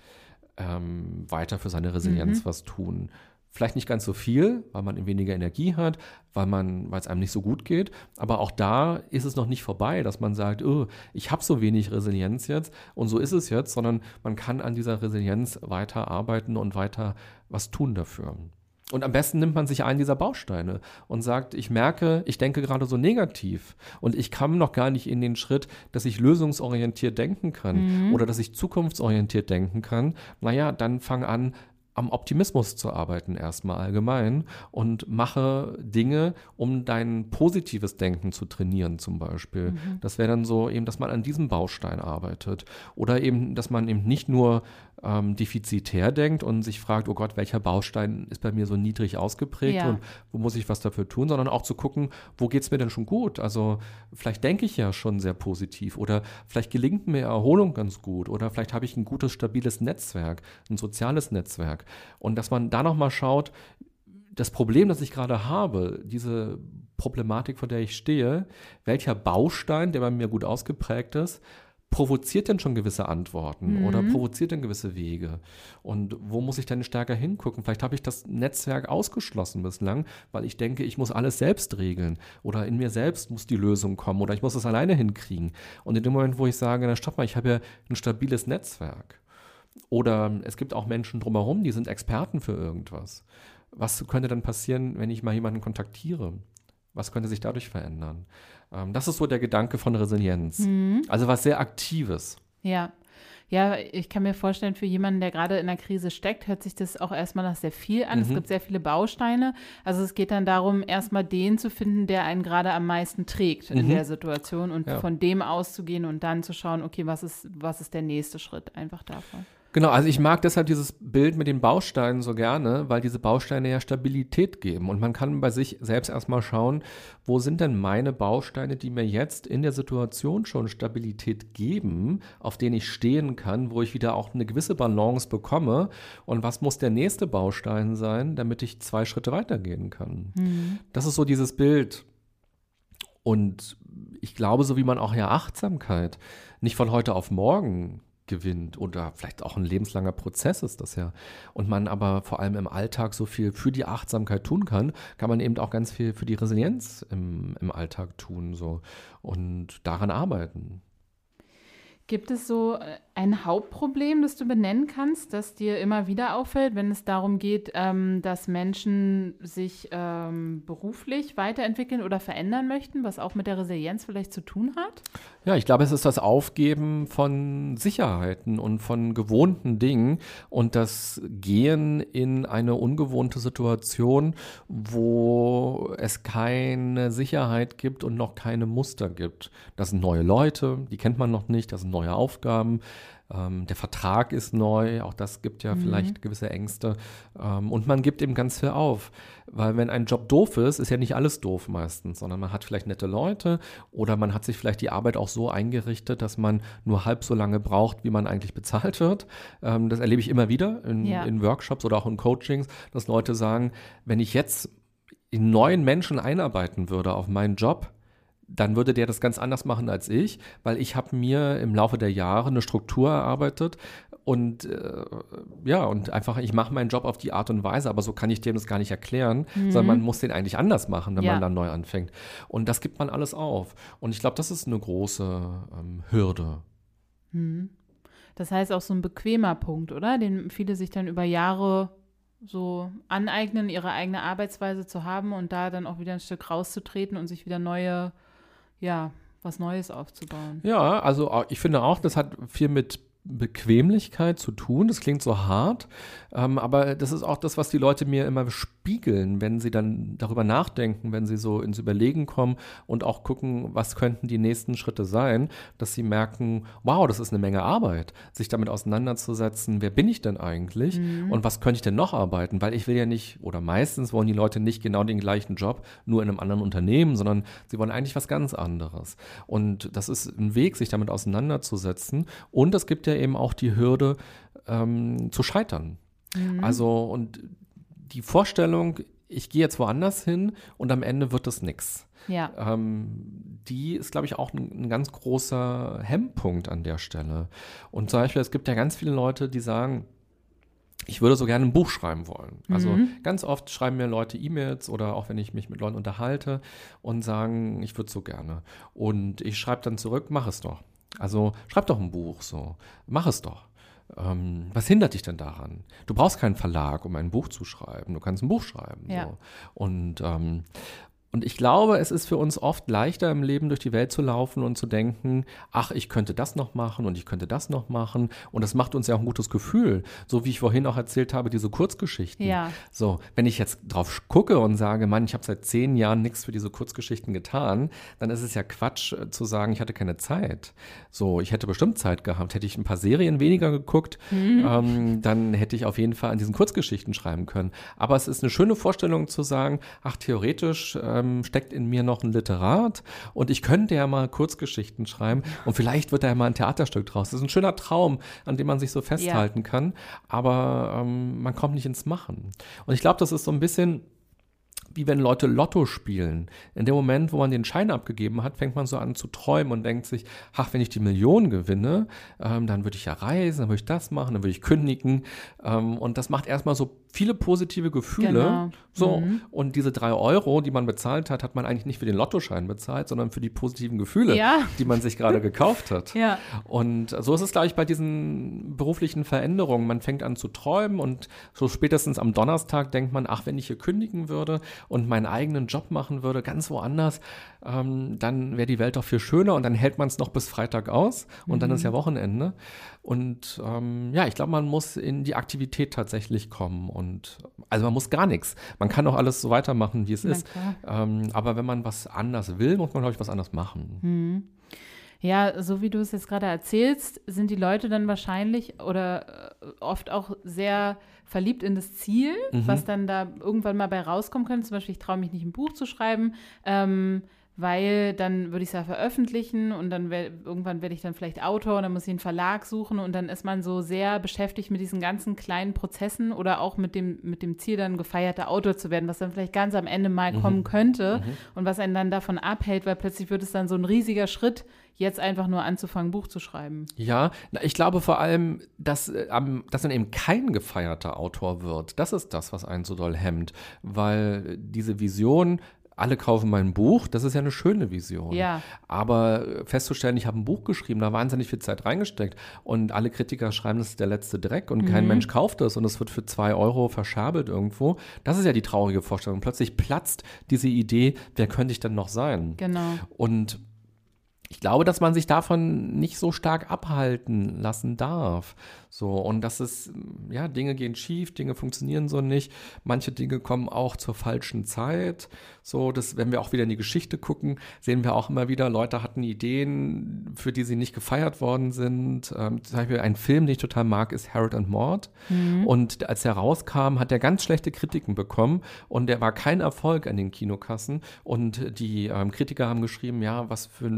ähm, weiter für seine Resilienz mhm. was tun. Vielleicht nicht ganz so viel, weil man weniger Energie hat, weil man, weil es einem nicht so gut geht. Aber auch da ist es noch nicht vorbei, dass man sagt, oh, ich habe so wenig Resilienz jetzt und so ist es jetzt, sondern man kann an dieser Resilienz weiter arbeiten und weiter was tun dafür. Und am besten nimmt man sich einen dieser Bausteine und sagt, ich merke, ich denke gerade so negativ und ich komme noch gar nicht in den Schritt, dass ich lösungsorientiert denken kann mhm. oder dass ich zukunftsorientiert denken kann. Naja, dann fang an, am Optimismus zu arbeiten erstmal allgemein und mache Dinge, um dein positives Denken zu trainieren zum Beispiel. Mhm. Das wäre dann so eben, dass man an diesem Baustein arbeitet oder eben, dass man eben nicht nur ähm, defizitär denkt und sich fragt, oh Gott, welcher Baustein ist bei mir so niedrig ausgeprägt ja. und wo muss ich was dafür tun, sondern auch zu gucken, wo geht es mir denn schon gut? Also vielleicht denke ich ja schon sehr positiv oder vielleicht gelingt mir Erholung ganz gut oder vielleicht habe ich ein gutes, stabiles Netzwerk, ein soziales Netzwerk. Und dass man da nochmal schaut, das Problem, das ich gerade habe, diese Problematik, vor der ich stehe, welcher Baustein, der bei mir gut ausgeprägt ist, provoziert denn schon gewisse Antworten mhm. oder provoziert denn gewisse Wege? Und wo muss ich denn stärker hingucken? Vielleicht habe ich das Netzwerk ausgeschlossen bislang, weil ich denke, ich muss alles selbst regeln oder in mir selbst muss die Lösung kommen oder ich muss es alleine hinkriegen. Und in dem Moment, wo ich sage, na stopp mal, ich habe ja ein stabiles Netzwerk. Oder es gibt auch Menschen drumherum, die sind Experten für irgendwas. Was könnte dann passieren, wenn ich mal jemanden kontaktiere? Was könnte sich dadurch verändern? Ähm, das ist so der Gedanke von Resilienz. Mhm. Also was sehr Aktives. Ja. Ja, ich kann mir vorstellen, für jemanden, der gerade in der Krise steckt, hört sich das auch erstmal nach sehr viel an. Mhm. Es gibt sehr viele Bausteine. Also es geht dann darum, erstmal den zu finden, der einen gerade am meisten trägt in mhm. der Situation und ja. von dem auszugehen und dann zu schauen, okay, was ist, was ist der nächste Schritt einfach davon? Genau, also ich mag deshalb dieses Bild mit den Bausteinen so gerne, weil diese Bausteine ja Stabilität geben und man kann bei sich selbst erstmal schauen, wo sind denn meine Bausteine, die mir jetzt in der Situation schon Stabilität geben, auf denen ich stehen kann, wo ich wieder auch eine gewisse Balance bekomme und was muss der nächste Baustein sein, damit ich zwei Schritte weitergehen kann. Mhm. Das ist so dieses Bild. Und ich glaube, so wie man auch ja Achtsamkeit nicht von heute auf morgen gewinnt oder vielleicht auch ein lebenslanger Prozess ist das ja und man aber vor allem im Alltag so viel für die Achtsamkeit tun kann, kann man eben auch ganz viel für die Resilienz im, im Alltag tun so und daran arbeiten. Gibt es so ein Hauptproblem, das du benennen kannst, das dir immer wieder auffällt, wenn es darum geht, ähm, dass Menschen sich ähm, beruflich weiterentwickeln oder verändern möchten, was auch mit der Resilienz vielleicht zu tun hat? Ja, ich glaube, es ist das Aufgeben von Sicherheiten und von gewohnten Dingen und das Gehen in eine ungewohnte Situation, wo es keine Sicherheit gibt und noch keine Muster gibt. Das sind neue Leute, die kennt man noch nicht, das sind neue Aufgaben. Ähm, der Vertrag ist neu, auch das gibt ja mhm. vielleicht gewisse Ängste. Ähm, und man gibt eben ganz viel auf. Weil wenn ein Job doof ist, ist ja nicht alles doof meistens, sondern man hat vielleicht nette Leute oder man hat sich vielleicht die Arbeit auch so eingerichtet, dass man nur halb so lange braucht, wie man eigentlich bezahlt wird. Ähm, das erlebe ich immer wieder in, ja. in Workshops oder auch in Coachings, dass Leute sagen, wenn ich jetzt einen neuen Menschen einarbeiten würde auf meinen Job, dann würde der das ganz anders machen als ich, weil ich habe mir im Laufe der Jahre eine Struktur erarbeitet und äh, ja, und einfach, ich mache meinen Job auf die Art und Weise, aber so kann ich dem das gar nicht erklären, mhm. sondern man muss den eigentlich anders machen, wenn ja. man dann neu anfängt. Und das gibt man alles auf. Und ich glaube, das ist eine große ähm, Hürde. Mhm. Das heißt auch so ein bequemer Punkt, oder? Den viele sich dann über Jahre so aneignen, ihre eigene Arbeitsweise zu haben und da dann auch wieder ein Stück rauszutreten und sich wieder neue, ja, was Neues aufzubauen. Ja, also ich finde auch, das hat viel mit Bequemlichkeit zu tun. Das klingt so hart, ähm, aber das ist auch das, was die Leute mir immer spiegeln, wenn sie dann darüber nachdenken, wenn sie so ins Überlegen kommen und auch gucken, was könnten die nächsten Schritte sein, dass sie merken, wow, das ist eine Menge Arbeit, sich damit auseinanderzusetzen, wer bin ich denn eigentlich mhm. und was könnte ich denn noch arbeiten, weil ich will ja nicht, oder meistens wollen die Leute nicht genau den gleichen Job, nur in einem anderen Unternehmen, sondern sie wollen eigentlich was ganz anderes. Und das ist ein Weg, sich damit auseinanderzusetzen. Und es gibt ja eben auch die Hürde, ähm, zu scheitern. Mhm. Also, und die Vorstellung, ich gehe jetzt woanders hin und am Ende wird das nix. Ja. Ähm, die ist, glaube ich, auch ein, ein ganz großer Hemmpunkt an der Stelle. Und zum Beispiel, es gibt ja ganz viele Leute, die sagen, ich würde so gerne ein Buch schreiben wollen. Also mhm. ganz oft schreiben mir Leute E-Mails oder auch wenn ich mich mit Leuten unterhalte und sagen, ich würde so gerne. Und ich schreibe dann zurück, mach es doch. Also schreib doch ein Buch, so. Mach es doch. Ähm, was hindert dich denn daran? Du brauchst keinen Verlag, um ein Buch zu schreiben. Du kannst ein Buch schreiben. Ja. So. Und ähm, Und ich glaube, es ist für uns oft leichter im Leben durch die Welt zu laufen und zu denken, ach, ich könnte das noch machen und ich könnte das noch machen. Und das macht uns ja auch ein gutes Gefühl. So wie ich vorhin auch erzählt habe, diese Kurzgeschichten. Ja. So, wenn ich jetzt drauf gucke und sage, Mann, ich habe seit zehn Jahren nichts für diese Kurzgeschichten getan, dann ist es ja Quatsch zu sagen, ich hatte keine Zeit. So, ich hätte bestimmt Zeit gehabt. Hätte ich ein paar Serien weniger geguckt, mhm. ähm, dann hätte ich auf jeden Fall an diesen Kurzgeschichten schreiben können. Aber es ist eine schöne Vorstellung zu sagen, ach, theoretisch ähm, steckt in mir noch ein Literat und ich könnte ja mal Kurzgeschichten schreiben und vielleicht wird da ja mal ein Theaterstück draus. Das ist ein schöner Traum, an dem man sich so festhalten ja. kann, aber ähm, man kommt nicht ins Machen. Und ich glaube, das ist so ein bisschen wie wenn Leute Lotto spielen. In dem Moment, wo man den Schein abgegeben hat, fängt man so an zu träumen und denkt sich, ach, wenn ich die Million gewinne, ähm, dann würde ich ja reisen, dann würde ich das machen, dann würde ich kündigen. Ähm, und das macht erstmal so viele positive Gefühle. Genau. So. Mhm. Und diese drei Euro, die man bezahlt hat, hat man eigentlich nicht für den Lottoschein bezahlt, sondern für die positiven Gefühle, ja. die man sich gerade gekauft hat. Ja. Und so ist es, glaube ich, bei diesen beruflichen Veränderungen. Man fängt an zu träumen und so spätestens am Donnerstag denkt man, ach, wenn ich hier kündigen würde und meinen eigenen Job machen würde, ganz woanders, ähm, dann wäre die Welt doch viel schöner und dann hält man es noch bis Freitag aus und mhm. dann ist ja Wochenende. Und ähm, ja, ich glaube, man muss in die Aktivität tatsächlich kommen und also man muss gar nichts. Man kann auch alles so weitermachen, wie es Na ist. Ähm, aber wenn man was anders will, muss man, glaube ich, was anders machen. Mhm. Ja, so wie du es jetzt gerade erzählst, sind die Leute dann wahrscheinlich oder oft auch sehr verliebt in das Ziel, mhm. was dann da irgendwann mal bei rauskommen könnte. Zum Beispiel, ich traue mich nicht, ein Buch zu schreiben, ähm, weil dann würde ich es ja veröffentlichen und dann wär, irgendwann werde ich dann vielleicht Autor und dann muss ich einen Verlag suchen und dann ist man so sehr beschäftigt mit diesen ganzen kleinen Prozessen oder auch mit dem, mit dem Ziel, dann gefeierter Autor zu werden, was dann vielleicht ganz am Ende mal mhm. kommen könnte mhm. und was einen dann davon abhält, weil plötzlich wird es dann so ein riesiger Schritt, jetzt einfach nur anzufangen, ein Buch zu schreiben. Ja, ich glaube vor allem, dass, ähm, dass man eben kein gefeierter Autor wird. Das ist das, was einen so doll hemmt, weil diese Vision, alle kaufen mein Buch, das ist ja eine schöne Vision. Ja. Aber festzustellen, ich habe ein Buch geschrieben, da wahnsinnig viel Zeit reingesteckt und alle Kritiker schreiben, das ist der letzte Dreck und mhm. kein Mensch kauft das und es wird für zwei Euro verscherbelt irgendwo. Das ist ja die traurige Vorstellung. Plötzlich platzt diese Idee, wer könnte ich denn noch sein? Genau. Und ich glaube, dass man sich davon nicht so stark abhalten lassen darf. So, und dass es, ja, Dinge gehen schief, Dinge funktionieren so nicht. Manche Dinge kommen auch zur falschen Zeit. So, das, wenn wir auch wieder in die Geschichte gucken, sehen wir auch immer wieder, Leute hatten Ideen, für die sie nicht gefeiert worden sind. Ähm, zum Beispiel ein Film, den ich total mag, ist Harold and Maude. Mhm. Und als er rauskam, hat er ganz schlechte Kritiken bekommen. Und der war kein Erfolg an den Kinokassen. Und die ähm, Kritiker haben geschrieben, ja, was für ein schlimmer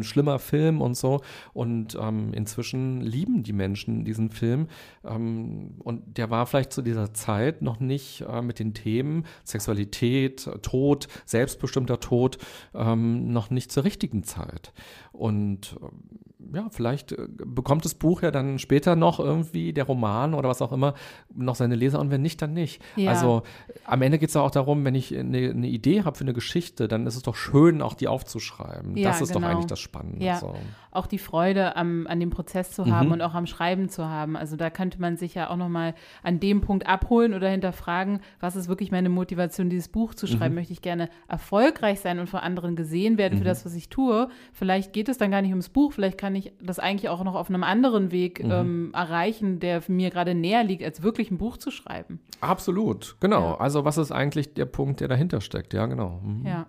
Film und so. Und ähm, inzwischen lieben die Menschen diesen Film. Ähm, und der war vielleicht zu dieser Zeit noch nicht äh, mit den Themen Sexualität, Tod, selbstbestimmter Tod ähm, noch nicht zur richtigen Zeit. Und ja, vielleicht äh, bekommt das Buch ja dann später noch irgendwie, der Roman oder was auch immer, noch seine Leser und wenn nicht, dann nicht. Ja. Also am Ende geht es ja auch darum, wenn ich eine, eine Idee habe für eine Geschichte, dann ist es doch schön, auch die aufzuschreiben. Ja, das ist genau. doch eigentlich das Spannende. Ja. So. Auch die Freude am, an dem Prozess zu haben Mhm. und auch am Schreiben zu haben. Also da könnte man sich ja auch nochmal an dem Punkt abholen oder hinterfragen, was ist wirklich meine Motivation, dieses Buch zu schreiben? Mhm. Möchte ich gerne erfolgreich sein und von anderen gesehen werden Mhm. für das, was ich tue? Vielleicht geht es dann gar nicht ums Buch, vielleicht kann ich das eigentlich auch noch auf einem anderen Weg Mhm. ähm, erreichen, der mir gerade näher liegt, als wirklich ein Buch zu schreiben. Absolut, genau. Ja. Also was ist eigentlich der Punkt, der dahinter steckt? Ja, genau. Mhm. Ja.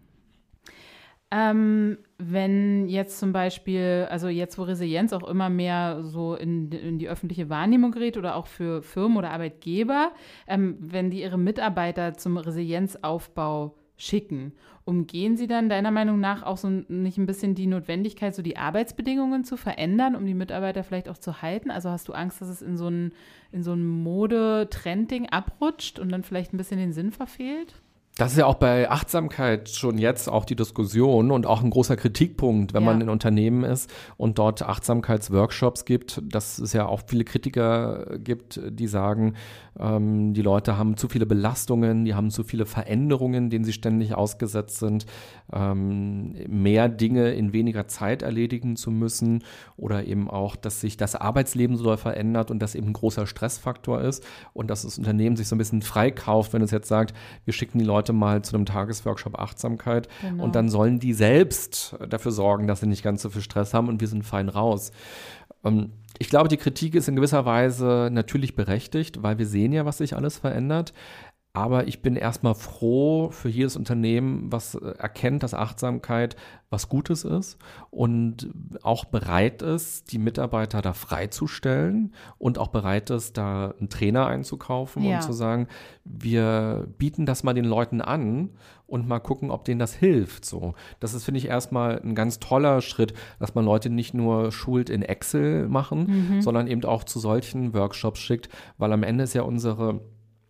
Ähm, wenn jetzt zum Beispiel, also jetzt, wo Resilienz auch immer mehr so in, in die öffentliche Wahrnehmung gerät oder auch für Firmen oder Arbeitgeber, ähm, wenn die ihre Mitarbeiter zum Resilienzaufbau schicken, umgehen sie dann deiner Meinung nach auch so nicht ein bisschen die Notwendigkeit, so die Arbeitsbedingungen zu verändern, um die Mitarbeiter vielleicht auch zu halten? Also hast du Angst, dass es in so ein, in so ein Mode-Trend-Ding abrutscht und dann vielleicht ein bisschen den Sinn verfehlt? Das ist ja auch bei Achtsamkeit schon jetzt auch die Diskussion und auch ein großer Kritikpunkt, wenn Ja. man in Unternehmen ist und dort Achtsamkeitsworkshops gibt, dass es ja auch viele Kritiker gibt, die sagen, ähm, die Leute haben zu viele Belastungen, die haben zu viele Veränderungen, denen sie ständig ausgesetzt sind, ähm, mehr Dinge in weniger Zeit erledigen zu müssen oder eben auch, dass sich das Arbeitsleben so doll verändert und das eben ein großer Stressfaktor ist und dass das Unternehmen sich so ein bisschen freikauft, wenn es jetzt sagt, wir schicken die Leute mal zu einem Tagesworkshop Achtsamkeit Genau. und dann sollen die selbst dafür sorgen, dass sie nicht ganz so viel Stress haben und wir sind fein raus. Ähm, ich glaube, die Kritik ist in gewisser Weise natürlich berechtigt, weil wir sehen ja, was sich alles verändert. Aber ich bin erstmal froh für jedes Unternehmen, was erkennt, dass Achtsamkeit was Gutes ist und auch bereit ist, die Mitarbeiter da freizustellen und auch bereit ist, da einen Trainer einzukaufen Ja. und zu sagen, wir bieten das mal den Leuten an und mal gucken, ob denen das hilft. So, das ist, finde ich, erstmal ein ganz toller Schritt, dass man Leute nicht nur schult in Excel machen, Mhm. sondern eben auch zu solchen Workshops schickt, weil am Ende ist ja unsere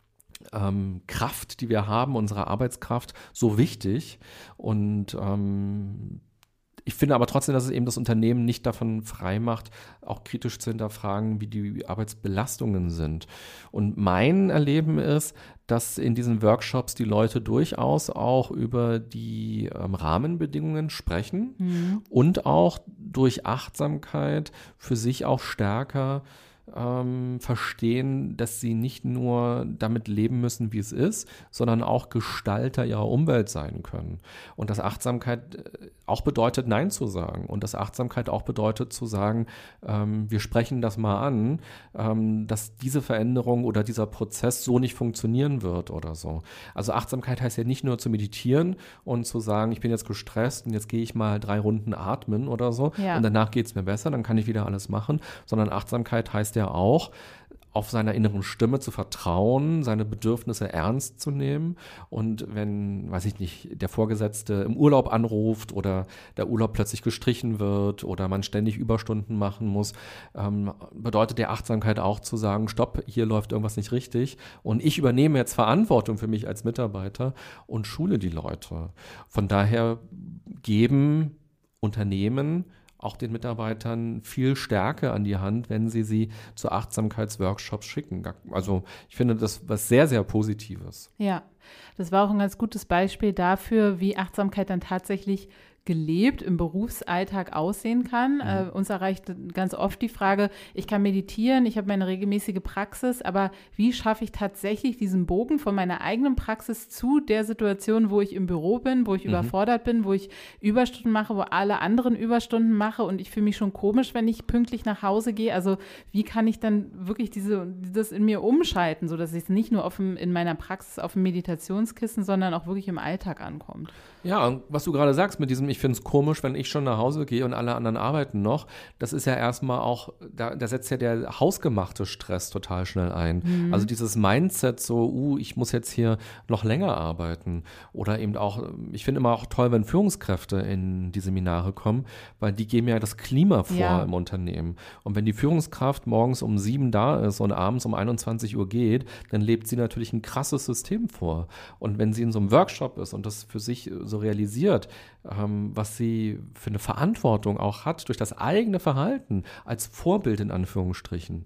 Ähm, Kraft, die wir haben, unsere Arbeitskraft, so wichtig. Und ähm, ich finde aber trotzdem, dass es eben das Unternehmen nicht davon frei macht, auch kritisch zu hinterfragen, wie die Arbeitsbelastungen sind. Und mein Erleben ist, dass in diesen Workshops die Leute durchaus auch über die ähm, Rahmenbedingungen sprechen Mhm. und auch durch Achtsamkeit für sich auch stärker ähm, verstehen, dass sie nicht nur damit leben müssen, wie es ist, sondern auch Gestalter ihrer Umwelt sein können. Und dass Achtsamkeit äh, auch bedeutet, Nein zu sagen. Und dass Achtsamkeit auch bedeutet, zu sagen, ähm, wir sprechen das mal an, ähm, dass diese Veränderung oder dieser Prozess so nicht funktionieren wird oder so. Also Achtsamkeit heißt ja nicht nur zu meditieren und zu sagen, ich bin jetzt gestresst und jetzt gehe ich mal drei Runden atmen oder so Ja. und danach geht es mir besser, dann kann ich wieder alles machen, sondern Achtsamkeit heißt ja auch, auf seiner inneren Stimme zu vertrauen, seine Bedürfnisse ernst zu nehmen und wenn, weiß ich nicht, der Vorgesetzte im Urlaub anruft oder der Urlaub plötzlich gestrichen wird oder man ständig Überstunden machen muss, ähm, bedeutet der Achtsamkeit auch zu sagen, stopp, hier läuft irgendwas nicht richtig und ich übernehme jetzt Verantwortung für mich als Mitarbeiter und schule die Leute. Von daher geben Unternehmen auch den Mitarbeitern viel Stärke an die Hand, wenn sie sie zu Achtsamkeitsworkshops schicken. Also ich finde das was sehr, sehr Positives. Ja, das war auch ein ganz gutes Beispiel dafür, wie Achtsamkeit dann tatsächlich gelebt im Berufsalltag aussehen kann. Mhm. Äh, uns erreicht ganz oft die Frage, ich kann meditieren, ich habe meine regelmäßige Praxis, aber wie schaffe ich tatsächlich diesen Bogen von meiner eigenen Praxis zu der Situation, wo ich im Büro bin, wo ich mhm. überfordert bin, wo ich Überstunden mache, wo alle anderen Überstunden mache und ich fühle mich schon komisch, wenn ich pünktlich nach Hause gehe. Also wie kann ich dann wirklich diese, das in mir umschalten, sodass ich es nicht nur auf dem, in meiner Praxis auf dem Meditations Meditationskissen, sondern auch wirklich im Alltag ankommt. Ja, und was du gerade sagst mit diesem, ich finde es komisch, wenn ich schon nach Hause gehe und alle anderen arbeiten noch, das ist ja erstmal auch, da, da setzt ja der hausgemachte Stress total schnell ein. Mhm. Also dieses Mindset so, uh, ich muss jetzt hier noch länger arbeiten. Oder eben auch, ich finde immer auch toll, wenn Führungskräfte in die Seminare kommen, weil die geben ja das Klima vor ja. im Unternehmen. Und wenn die Führungskraft morgens um sieben da ist und abends um einundzwanzig Uhr geht, dann lebt sie natürlich ein krasses System vor. Und wenn sie in so einem Workshop ist und das für sich so realisiert, ähm, was sie für eine Verantwortung auch hat durch das eigene Verhalten als Vorbild in Anführungsstrichen,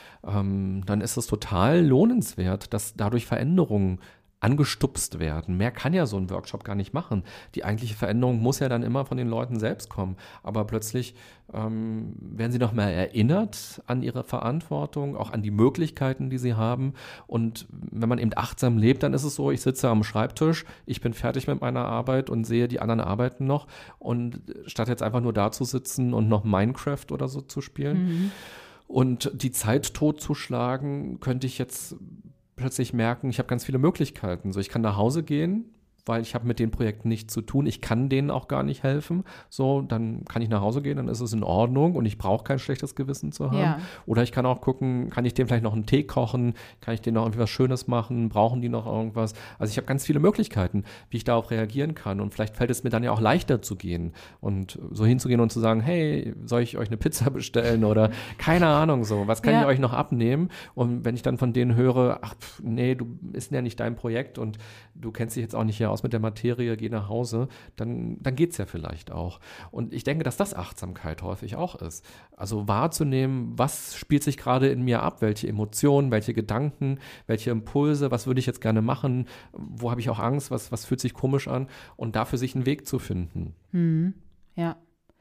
ähm, dann ist es total lohnenswert, dass dadurch Veränderungen angestupst werden. Mehr kann ja so ein Workshop gar nicht machen. Die eigentliche Veränderung muss ja dann immer von den Leuten selbst kommen. Aber plötzlich ähm, werden sie noch mehr erinnert an ihre Verantwortung, auch an die Möglichkeiten, die sie haben. Und wenn man eben achtsam lebt, dann ist es so, ich sitze am Schreibtisch, ich bin fertig mit meiner Arbeit und sehe, die anderen arbeiten noch. Und statt jetzt einfach nur da zu sitzen und noch Minecraft oder so zu spielen mhm. und die Zeit totzuschlagen, könnte ich jetzt plötzlich merken, ich habe ganz viele Möglichkeiten. So, ich kann nach Hause gehen, weil ich habe mit den Projekten nichts zu tun. Ich kann denen auch gar nicht helfen. So, dann kann ich nach Hause gehen, dann ist es in Ordnung und ich brauche kein schlechtes Gewissen zu haben. Ja. Oder ich kann auch gucken, kann ich denen vielleicht noch einen Tee kochen? Kann ich denen noch irgendwie was Schönes machen? Brauchen die noch irgendwas? Also ich habe ganz viele Möglichkeiten, wie ich darauf reagieren kann. Und vielleicht fällt es mir dann ja auch leichter zu gehen und so hinzugehen und zu sagen, hey, soll ich euch eine Pizza bestellen? Oder keine Ahnung so, was kann ja. ich euch noch abnehmen? Und wenn ich dann von denen höre, ach, pff, nee, du ist ja nicht dein Projekt und du kennst dich jetzt auch nicht hier aus mit der Materie, geh nach Hause, dann, dann geht's ja vielleicht auch. Und ich denke, dass das Achtsamkeit häufig auch ist. Also wahrzunehmen, was spielt sich gerade in mir ab, welche Emotionen, welche Gedanken, welche Impulse, was würde ich jetzt gerne machen, wo habe ich auch Angst, was, was fühlt sich komisch an und dafür sich einen Weg zu finden. Hm, ja.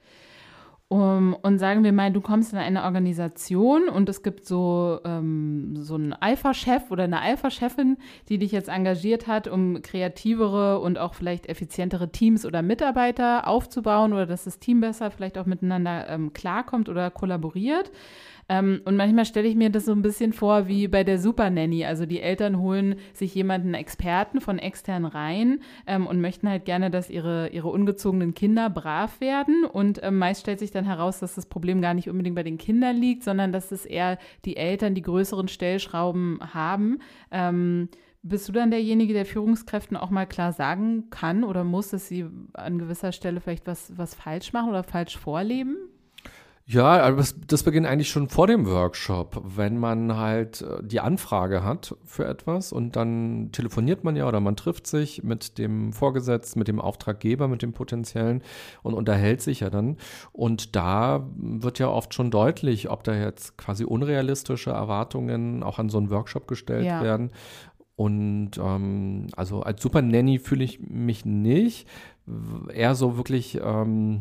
Um, und sagen wir mal, du kommst in eine Organisation und es gibt so, ähm, so einen Alpha-Chef oder eine Alpha-Chefin, die dich jetzt engagiert hat, um kreativere und auch vielleicht effizientere Teams oder Mitarbeiter aufzubauen oder dass das Team besser vielleicht auch miteinander ähm, klarkommt oder kollaboriert. Ähm, und manchmal stelle ich mir das so ein bisschen vor wie bei der Super Nanny. Also die Eltern holen sich jemanden, Experten von extern rein ähm, und möchten halt gerne, dass ihre, ihre ungezogenen Kinder brav werden. Und ähm, meist stellt sich dann heraus, dass das Problem gar nicht unbedingt bei den Kindern liegt, sondern dass es eher die Eltern, die größeren Stellschrauben haben. Ähm, Bist du dann derjenige, der Führungskräften auch mal klar sagen kann oder muss, dass sie an gewisser Stelle vielleicht was, was falsch machen oder falsch vorleben? Ja, aber das, das beginnt eigentlich schon vor dem Workshop, wenn man halt die Anfrage hat für etwas und dann telefoniert man ja oder man trifft sich mit dem Vorgesetzten, mit dem Auftraggeber, mit dem Potenziellen und unterhält sich ja dann. Und da wird ja oft schon deutlich, ob da jetzt quasi unrealistische Erwartungen auch an so einen Workshop gestellt ja. werden. Und ähm, also als Super Nanny fühle ich mich nicht, eher so wirklich ähm,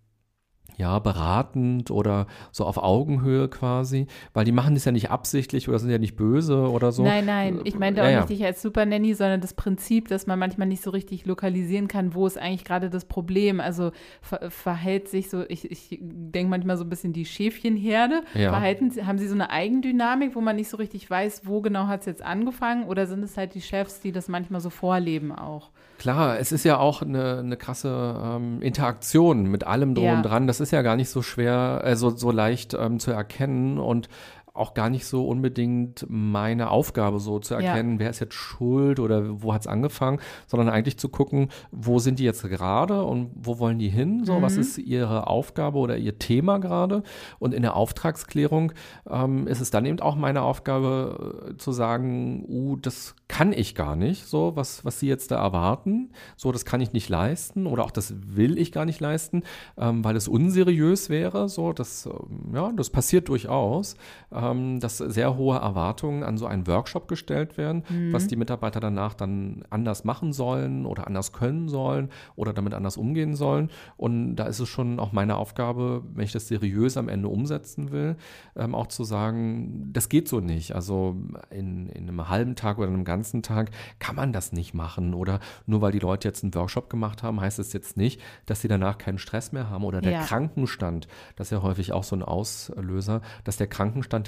ja, beratend oder so auf Augenhöhe quasi, weil die machen das ja nicht absichtlich oder sind ja nicht böse oder so. Nein, nein, ich meinte auch ja, nicht dich als Super Nanny, sondern das Prinzip, dass man manchmal nicht so richtig lokalisieren kann, wo ist eigentlich gerade das Problem. Also ver- verhält sich so, ich, ich denke manchmal so ein bisschen die Schäfchenherde, ja. Verhalten, haben sie so eine Eigendynamik, wo man nicht so richtig weiß, wo genau hat es jetzt angefangen oder sind es halt die Chefs, die das manchmal so vorleben auch? Klar, es ist ja auch eine, eine krasse ähm, Interaktion mit allem drum und dran. Das ist ja gar nicht so schwer, äh, so, so leicht ähm, zu erkennen und auch gar nicht so unbedingt meine Aufgabe so zu erkennen, ja. wer ist jetzt schuld oder wo hat es angefangen, sondern eigentlich zu gucken, wo sind die jetzt gerade und wo wollen die hin, so, mhm. was ist ihre Aufgabe oder ihr Thema gerade und in der Auftragsklärung ähm, ist es dann eben auch meine Aufgabe äh, zu sagen, uh, das kann ich gar nicht, so, was, was sie jetzt da erwarten, so, das kann ich nicht leisten oder auch das will ich gar nicht leisten, ähm, weil es unseriös wäre, so, das, ähm, ja, das passiert durchaus, ähm, dass sehr hohe Erwartungen an so einen Workshop gestellt werden, mhm. was die Mitarbeiter danach dann anders machen sollen oder anders können sollen oder damit anders umgehen sollen. Und da ist es schon auch meine Aufgabe, wenn ich das seriös am Ende umsetzen will, ähm, auch zu sagen, das geht so nicht. Also in, in einem halben Tag oder einem ganzen Tag kann man das nicht machen. Oder nur weil die Leute jetzt einen Workshop gemacht haben, heißt es jetzt nicht, dass sie danach keinen Stress mehr haben. Oder der ja. Krankenstand, das ist ja häufig auch so ein Auslöser, dass der Krankenstand jetzt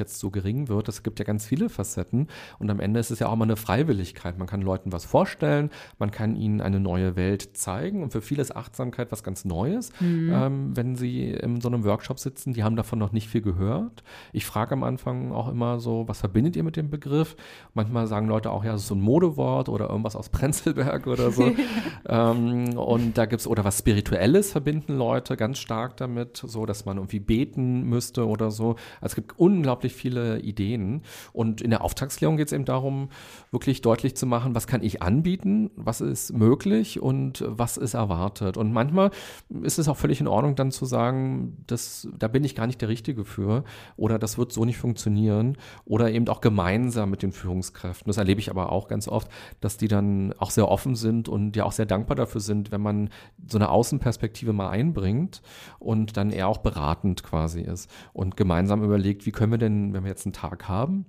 jetzt so gering wird. Es gibt ja ganz viele Facetten und am Ende ist es ja auch mal eine Freiwilligkeit. Man kann Leuten was vorstellen, man kann ihnen eine neue Welt zeigen und für viele ist Achtsamkeit was ganz Neues. Mhm. Ähm, wenn sie in so einem Workshop sitzen, die haben davon noch nicht viel gehört. Ich frage am Anfang auch immer so, was verbindet ihr mit dem Begriff? Manchmal sagen Leute auch, ja, das ist so ein Modewort oder irgendwas aus Prenzlberg oder so. ähm, und da gibt's, oder was Spirituelles verbinden Leute ganz stark damit, so dass man irgendwie beten müsste oder so. Also es gibt unglaublich viele Ideen. Und in der Auftragsklärung geht es eben darum, wirklich deutlich zu machen, was kann ich anbieten, was ist möglich und was ist erwartet. Und manchmal ist es auch völlig in Ordnung, dann zu sagen, das, da bin ich gar nicht der Richtige für oder das wird so nicht funktionieren oder eben auch gemeinsam mit den Führungskräften. Das erlebe ich aber auch ganz oft, dass die dann auch sehr offen sind und ja auch sehr dankbar dafür sind, wenn man so eine Außenperspektive mal einbringt und dann eher auch beratend quasi ist und gemeinsam überlegt, wie können wir denn, wenn wir jetzt einen Tag haben,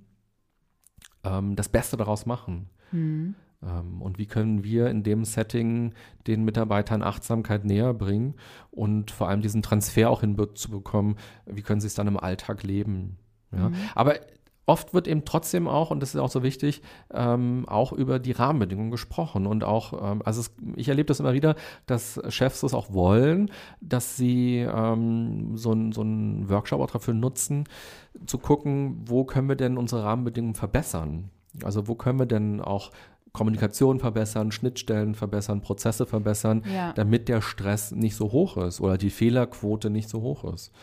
ähm, das Beste daraus machen. Mhm. Ähm, und wie können wir in dem Setting den Mitarbeitern Achtsamkeit näher bringen und vor allem diesen Transfer auch hinzubekommen, wie können sie es dann im Alltag leben. Ja? Mhm. Aber oft wird eben trotzdem auch, und das ist auch so wichtig, ähm, auch über die Rahmenbedingungen gesprochen und auch, ähm, also es, ich erlebe das immer wieder, dass Chefs das auch wollen, dass sie ähm, so einen so einen Workshop auch dafür nutzen, zu gucken, wo können wir denn unsere Rahmenbedingungen verbessern? Also wo können wir denn auch Kommunikation verbessern, Schnittstellen verbessern, Prozesse verbessern, ja, damit der Stress nicht so hoch ist oder die Fehlerquote nicht so hoch ist.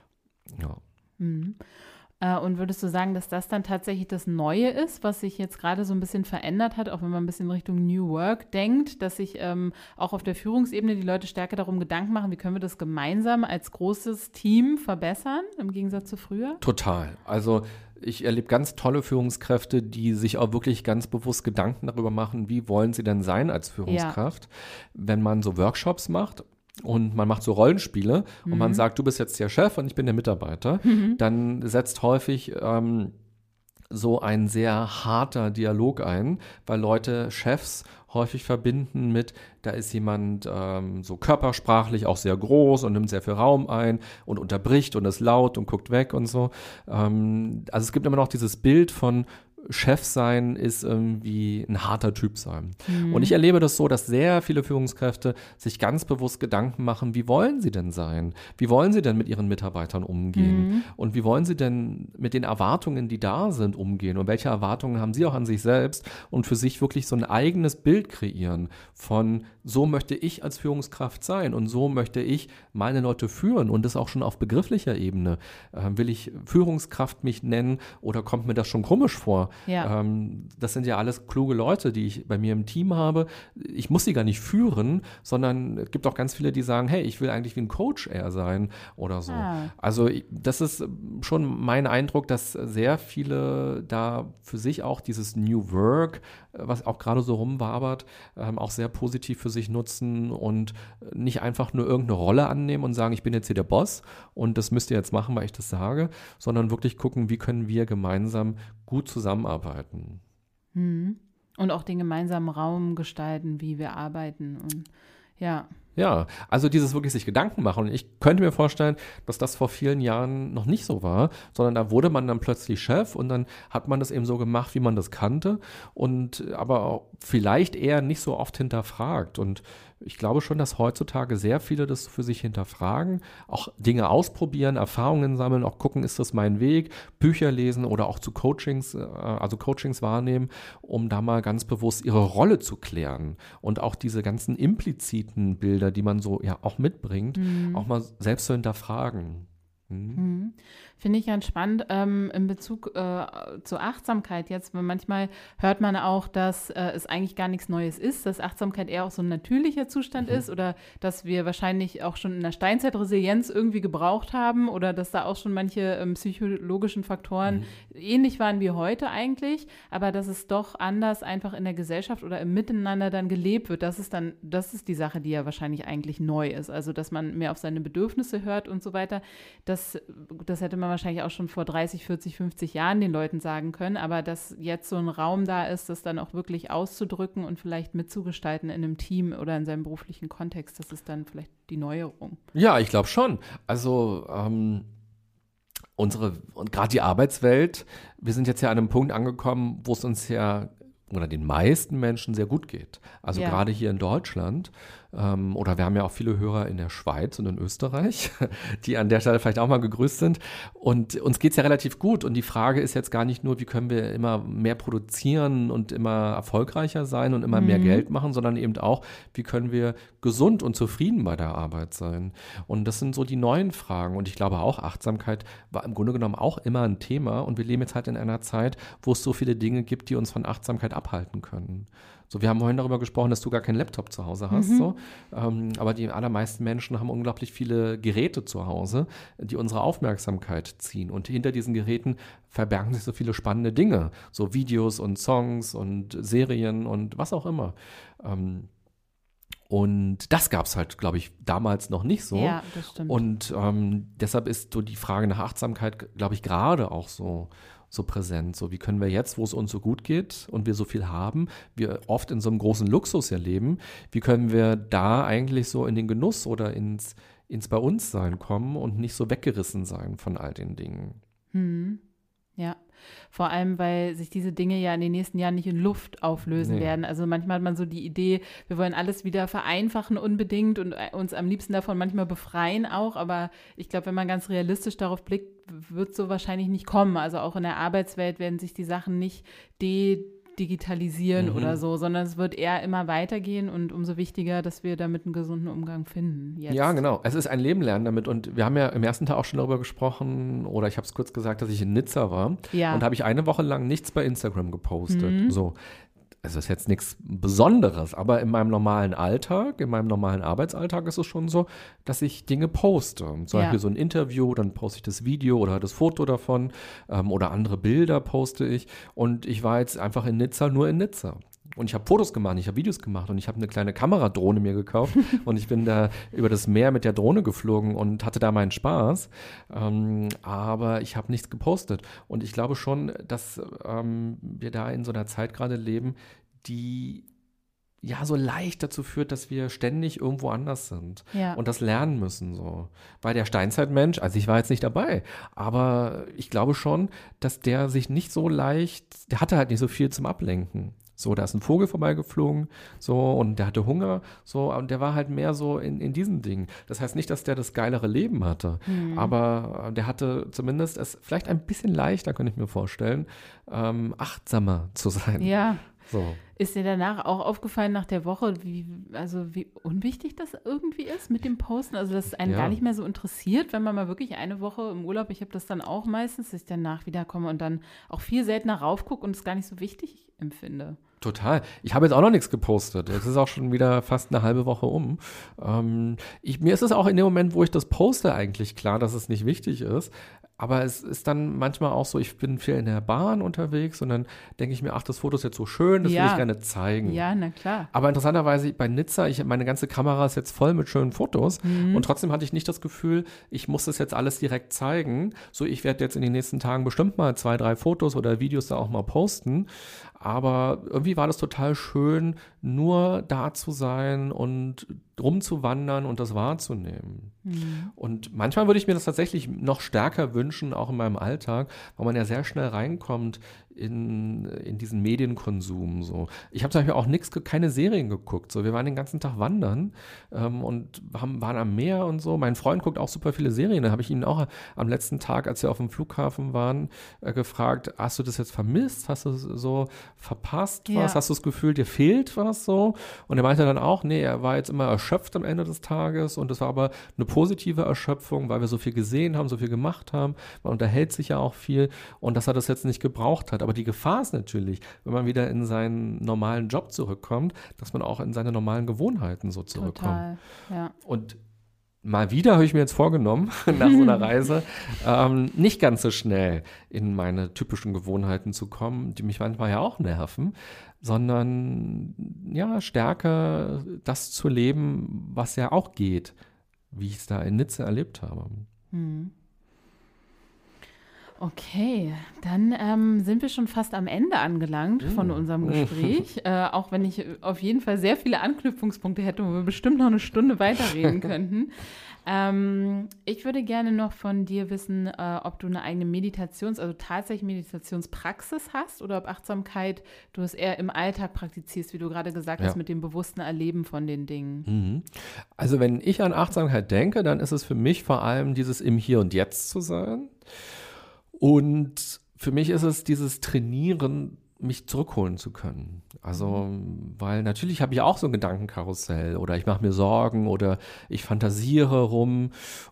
Ja. Mhm. Und würdest du sagen, dass das dann tatsächlich das Neue ist, was sich jetzt gerade so ein bisschen verändert hat, auch wenn man ein bisschen Richtung New Work denkt, dass sich ähm, auch auf der Führungsebene die Leute stärker darum Gedanken machen, wie können wir das gemeinsam als großes Team verbessern, im Gegensatz zu früher? Total. Also ich erlebe ganz tolle Führungskräfte, die sich auch wirklich ganz bewusst Gedanken darüber machen, wie wollen sie denn sein als Führungskraft, ja, wenn man so Workshops macht. Und man macht so Rollenspiele mhm. und man sagt, du bist jetzt der Chef und ich bin der Mitarbeiter, mhm. dann setzt häufig ähm, so ein sehr harter Dialog ein, weil Leute Chefs häufig verbinden mit, da ist jemand ähm, so körpersprachlich auch sehr groß und nimmt sehr viel Raum ein und unterbricht und ist laut und guckt weg und so. Ähm, also es gibt immer noch dieses Bild von Chef sein ist irgendwie ein harter Typ sein. Mhm. Und ich erlebe das so, dass sehr viele Führungskräfte sich ganz bewusst Gedanken machen, wie wollen sie denn sein? Wie wollen sie denn mit ihren Mitarbeitern umgehen? Mhm. Und wie wollen sie denn mit den Erwartungen, die da sind, umgehen? Und welche Erwartungen haben sie auch an sich selbst? Und für sich wirklich so ein eigenes Bild kreieren von, so möchte ich als Führungskraft sein und so möchte ich meine Leute führen. Und das auch schon auf begrifflicher Ebene. Äh, will ich Führungskraft mich nennen oder kommt mir das schon komisch vor? Ja. Ähm, das sind ja alles kluge Leute, die ich bei mir im Team habe. Ich muss sie gar nicht führen, sondern es gibt auch ganz viele, die sagen, hey, ich will eigentlich wie ein Coach eher sein oder so. Ah. Also das ist schon mein Eindruck, dass sehr viele da für sich auch dieses New Work, was auch gerade so rumwabert, ähm, auch sehr positiv für sich nutzen und nicht einfach nur irgendeine Rolle annehmen und sagen, ich bin jetzt hier der Boss und das müsst ihr jetzt machen, weil ich das sage, sondern wirklich gucken, wie können wir gemeinsam gut zusammenarbeiten. Mhm. Und auch den gemeinsamen Raum gestalten, wie wir arbeiten. Und ja. Ja, also dieses wirklich sich Gedanken machen. Und ich könnte mir vorstellen, dass das vor vielen Jahren noch nicht so war, sondern da wurde man dann plötzlich Chef und dann hat man das eben so gemacht, wie man das kannte und aber auch vielleicht eher nicht so oft hinterfragt. Und ich glaube schon, dass heutzutage sehr viele das für sich hinterfragen, auch Dinge ausprobieren, Erfahrungen sammeln, auch gucken, ist das mein Weg, Bücher lesen oder auch zu Coachings, also Coachings wahrnehmen, um da mal ganz bewusst ihre Rolle zu klären und auch diese ganzen impliziten Bilder, die man so ja auch mitbringt, mhm. auch mal selbst zu hinterfragen. Mhm. Finde ich ganz spannend ähm, in Bezug äh, zur Achtsamkeit jetzt, weil manchmal hört man auch, dass äh, es eigentlich gar nichts Neues ist, dass Achtsamkeit eher auch so ein natürlicher Zustand mhm. ist oder dass wir wahrscheinlich auch schon in der Steinzeit Resilienz irgendwie gebraucht haben oder dass da auch schon manche ähm, psychologischen Faktoren mhm. ähnlich waren wie heute eigentlich, aber dass es doch anders einfach in der Gesellschaft oder im Miteinander dann gelebt wird. Das ist dann, das ist die Sache, die ja wahrscheinlich eigentlich neu ist, also dass man mehr auf seine Bedürfnisse hört und so weiter. Das, das hätte man wahrscheinlich auch schon vor dreißig, vierzig, fünfzig Jahren den Leuten sagen können, aber dass jetzt so ein Raum da ist, das dann auch wirklich auszudrücken und vielleicht mitzugestalten in einem Team oder in seinem beruflichen Kontext, das ist dann vielleicht die Neuerung. Ja, ich glaube schon. Also ähm unsere, und gerade die Arbeitswelt, wir sind jetzt ja an einem Punkt angekommen, wo es uns ja oder den meisten Menschen sehr gut geht. Also ja. gerade hier in Deutschland ähm, oder wir haben ja auch viele Hörer in der Schweiz und in Österreich, die an der Stelle vielleicht auch mal gegrüßt sind. Und uns geht es ja relativ gut. Und die Frage ist jetzt gar nicht nur, wie können wir immer mehr produzieren und immer erfolgreicher sein und immer mhm. mehr Geld machen, sondern eben auch, wie können wir gesund und zufrieden bei der Arbeit sein. Und das sind so die neuen Fragen. Und ich glaube auch, Achtsamkeit war im Grunde genommen auch immer ein Thema. Und wir leben jetzt halt in einer Zeit, wo es so viele Dinge gibt, die uns von Achtsamkeit abhalten können. So, wir haben vorhin darüber gesprochen, dass du gar keinen Laptop zu Hause hast. Mhm. So. Ähm, aber die allermeisten Menschen haben unglaublich viele Geräte zu Hause, die unsere Aufmerksamkeit ziehen. Und hinter diesen Geräten verbergen sich so viele spannende Dinge. So Videos und Songs und Serien und was auch immer. Ähm, Und das gab es halt, glaube ich, damals noch nicht so. Ja, das stimmt. Und ähm, deshalb ist so die Frage nach Achtsamkeit, glaube ich, gerade auch so, so präsent. So, wie können wir jetzt, wo es uns so gut geht und wir so viel haben, wir oft in so einem großen Luxus ja leben, wie können wir da eigentlich so in den Genuss oder ins, ins bei uns sein kommen und nicht so weggerissen sein von all den Dingen? Hm. Ja, vor allem, weil sich diese Dinge ja in den nächsten Jahren nicht in Luft auflösen nee. werden. Also manchmal hat man so die Idee, wir wollen alles wieder vereinfachen unbedingt und uns am liebsten davon manchmal befreien auch. Aber ich glaube, wenn man ganz realistisch darauf blickt, wird es so wahrscheinlich nicht kommen. Also auch in der Arbeitswelt werden sich die Sachen nicht de digitalisieren mhm. oder so, sondern es wird eher immer weitergehen und umso wichtiger, dass wir damit einen gesunden Umgang finden. Jetzt. Ja, genau. Es ist ein Leben lernen damit und wir haben ja im ersten Teil auch schon darüber gesprochen oder ich habe es kurz gesagt, dass ich in Nizza war ja. und da habe ich eine Woche lang nichts bei Instagram gepostet. Mhm. So. Also ist jetzt nichts Besonderes, aber in meinem normalen Alltag, in meinem normalen Arbeitsalltag ist es schon so, dass ich Dinge poste. Zum ja. Beispiel so ein Interview, dann poste ich das Video oder das Foto davon ähm, oder andere Bilder poste ich. Und ich war jetzt einfach in Nizza nur in Nizza. Und ich habe Fotos gemacht, ich habe Videos gemacht und ich habe eine kleine Kameradrohne mir gekauft und ich bin da über das Meer mit der Drohne geflogen und hatte da meinen Spaß. Ähm, aber ich habe nichts gepostet. Und ich glaube schon, dass ähm, wir da in so einer Zeit gerade leben, die ja so leicht dazu führt, dass wir ständig irgendwo anders sind ja. und das lernen müssen. So. Weil der Steinzeitmensch, also ich war jetzt nicht dabei, aber ich glaube schon, dass der sich nicht so leicht, der hatte halt nicht so viel zum Ablenken. So, da ist ein Vogel vorbeigeflogen, so, und der hatte Hunger, so, und der war halt mehr so in, in diesen Dingen. Das heißt nicht, dass der das geilere Leben hatte, mhm. aber der hatte zumindest es vielleicht ein bisschen leichter, könnte ich mir vorstellen, ähm, achtsamer zu sein. Ja. So. Ist dir danach auch aufgefallen nach der Woche, wie, also wie unwichtig das irgendwie ist mit dem Posten? Also, dass es einen ja. gar nicht mehr so interessiert, wenn man mal wirklich eine Woche im Urlaub, ich habe das dann auch meistens, dass ich danach wiederkomme und dann auch viel seltener raufgucke und es gar nicht so wichtig empfinde. Total. Ich habe jetzt auch noch nichts gepostet. Es ist auch schon wieder fast eine halbe Woche um. Ähm, ich, mir ist es auch in dem Moment, wo ich das poste, eigentlich klar, dass es nicht wichtig ist. Aber es ist dann manchmal auch so, ich bin viel in der Bahn unterwegs und dann denke ich mir, ach, das Foto ist jetzt so schön, das ja. will ich gerne zeigen. Ja, na klar. Aber interessanterweise bei Nizza, ich, meine ganze Kamera ist jetzt voll mit schönen Fotos mhm. und trotzdem hatte ich nicht das Gefühl, ich muss das jetzt alles direkt zeigen. So, ich werde jetzt in den nächsten Tagen bestimmt mal zwei, drei Fotos oder Videos da auch mal posten. Aber irgendwie war das total schön, nur da zu sein und rumzuwandern und das wahrzunehmen. Mhm. Und manchmal würde ich mir das tatsächlich noch stärker wünschen, auch in meinem Alltag, weil man ja sehr schnell reinkommt in, in diesen Medienkonsum. So. Ich habe zum Beispiel auch nix, keine Serien geguckt. So. Wir waren den ganzen Tag wandern ähm, und haben, waren am Meer und so. Mein Freund guckt auch super viele Serien. Da habe ich ihn auch am letzten Tag, als wir auf dem Flughafen waren, äh, gefragt, hast du das jetzt vermisst? Hast du so verpasst was? Ja. Hast du das Gefühl, dir fehlt was so? Und er meinte dann auch, nee, er war jetzt immer erschöpft am Ende des Tages und das war aber eine positive Erschöpfung, weil wir so viel gesehen haben, so viel gemacht haben. Man unterhält sich ja auch viel und dass er das jetzt nicht gebraucht hat. Aber die Gefahr ist natürlich, wenn man wieder in seinen normalen Job zurückkommt, dass man auch in seine normalen Gewohnheiten so zurückkommt. Total, ja. Und mal wieder habe ich mir jetzt vorgenommen, nach so einer Reise, ähm, nicht ganz so schnell in meine typischen Gewohnheiten zu kommen, die mich manchmal ja auch nerven, sondern ja, stärker das zu leben, was ja auch geht, wie ich es da in Nizza erlebt habe. Hm. Okay, dann ähm, sind wir schon fast am Ende angelangt von unserem Gespräch. äh, auch wenn ich auf jeden Fall sehr viele Anknüpfungspunkte hätte, wo wir bestimmt noch eine Stunde weiterreden könnten. Ähm, ich würde gerne noch von dir wissen, äh, ob du eine eigene Meditations-, also tatsächlich Meditationspraxis hast oder ob Achtsamkeit du es eher im Alltag praktizierst, wie du gerade gesagt Ja. hast, mit dem bewussten Erleben von den Dingen. Mhm. Also wenn ich an Achtsamkeit denke, dann ist es für mich vor allem dieses im Hier und Jetzt zu sein. Und für mich ist es dieses Trainieren, mich zurückholen zu können. Also, weil natürlich habe ich auch so ein Gedankenkarussell oder ich mache mir Sorgen oder ich fantasiere rum.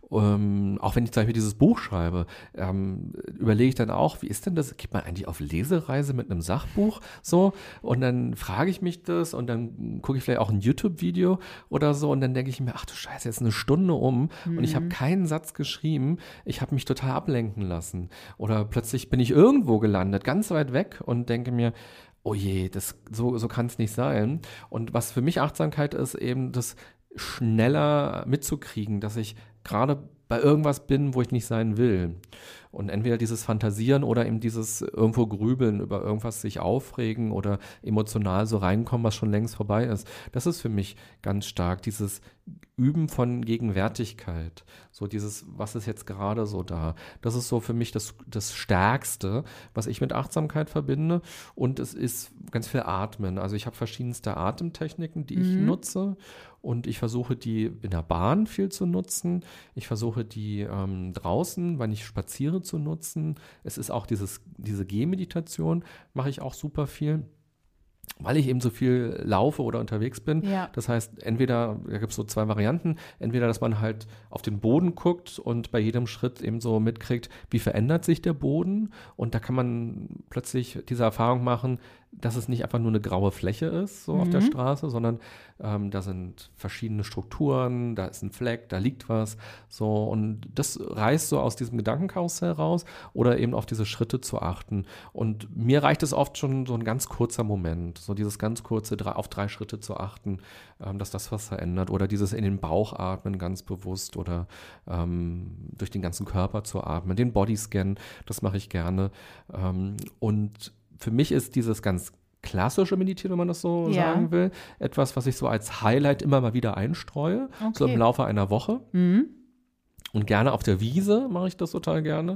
Ähm, auch wenn ich zum Beispiel dieses Buch schreibe, ähm, überlege ich dann auch, wie ist denn das? Geht man eigentlich auf Lesereise mit einem Sachbuch so? Und dann frage ich mich das und dann gucke ich vielleicht auch ein YouTube-Video oder so und dann denke ich mir, ach du Scheiße, jetzt eine Stunde um mhm. und ich habe keinen Satz geschrieben. Ich habe mich total ablenken lassen. Oder plötzlich bin ich irgendwo gelandet, ganz weit weg und denke mir, oh je, das, so, so kann es nicht sein. Und was für mich Achtsamkeit ist, eben das schneller mitzukriegen, dass ich gerade bei irgendwas bin, wo ich nicht sein will. Und entweder dieses Fantasieren oder eben dieses irgendwo Grübeln über irgendwas sich aufregen oder emotional so reinkommen, was schon längst vorbei ist. Das ist für mich ganz stark dieses Üben von Gegenwärtigkeit. So dieses, was ist jetzt gerade so da? Das ist so für mich das, das Stärkste, was ich mit Achtsamkeit verbinde. Und es ist ganz viel Atmen. Also ich habe verschiedenste Atemtechniken, die ich Mhm. nutze. Und ich versuche die in der Bahn viel zu nutzen. Ich versuche die ähm, draußen, wenn ich spaziere, zu nutzen. Es ist auch dieses, diese Gehmeditation, mache ich auch super viel, weil ich eben so viel laufe oder unterwegs bin. Ja. Das heißt, entweder, da gibt es so zwei Varianten, entweder, dass man halt auf den Boden guckt und bei jedem Schritt eben so mitkriegt, wie verändert sich der Boden, und da kann man plötzlich diese Erfahrung machen, dass es nicht einfach nur eine graue Fläche ist, so Mhm. auf der Straße, sondern ähm, da sind verschiedene Strukturen, da ist ein Fleck, da liegt was, so, und das reißt so aus diesem Gedankenkarussell raus oder eben auf diese Schritte zu achten. Und mir reicht es oft schon so ein ganz kurzer Moment, so dieses ganz kurze, drei, auf drei Schritte zu achten, ähm, dass das was verändert, oder dieses in den Bauch atmen ganz bewusst oder ähm, durch den ganzen Körper zu atmen, den Bodyscan, das mache ich gerne. Ähm, und für mich ist dieses ganz klassische Meditieren, wenn man das so Ja. sagen will, etwas, was ich so als Highlight immer mal wieder einstreue, so Okay. im Laufe einer Woche. Mhm. Und gerne auf der Wiese mache ich das total gerne.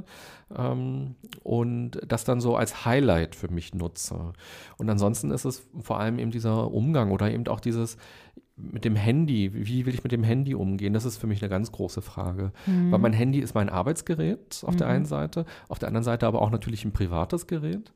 Ähm, und das dann so als Highlight für mich nutze. Und ansonsten ist es vor allem eben dieser Umgang oder eben auch dieses mit dem Handy. Wie will ich mit dem Handy umgehen? Das ist für mich eine ganz große Frage. Mhm. Weil mein Handy ist mein Arbeitsgerät auf Mhm. der einen Seite, auf der anderen Seite aber auch natürlich ein privates Gerät.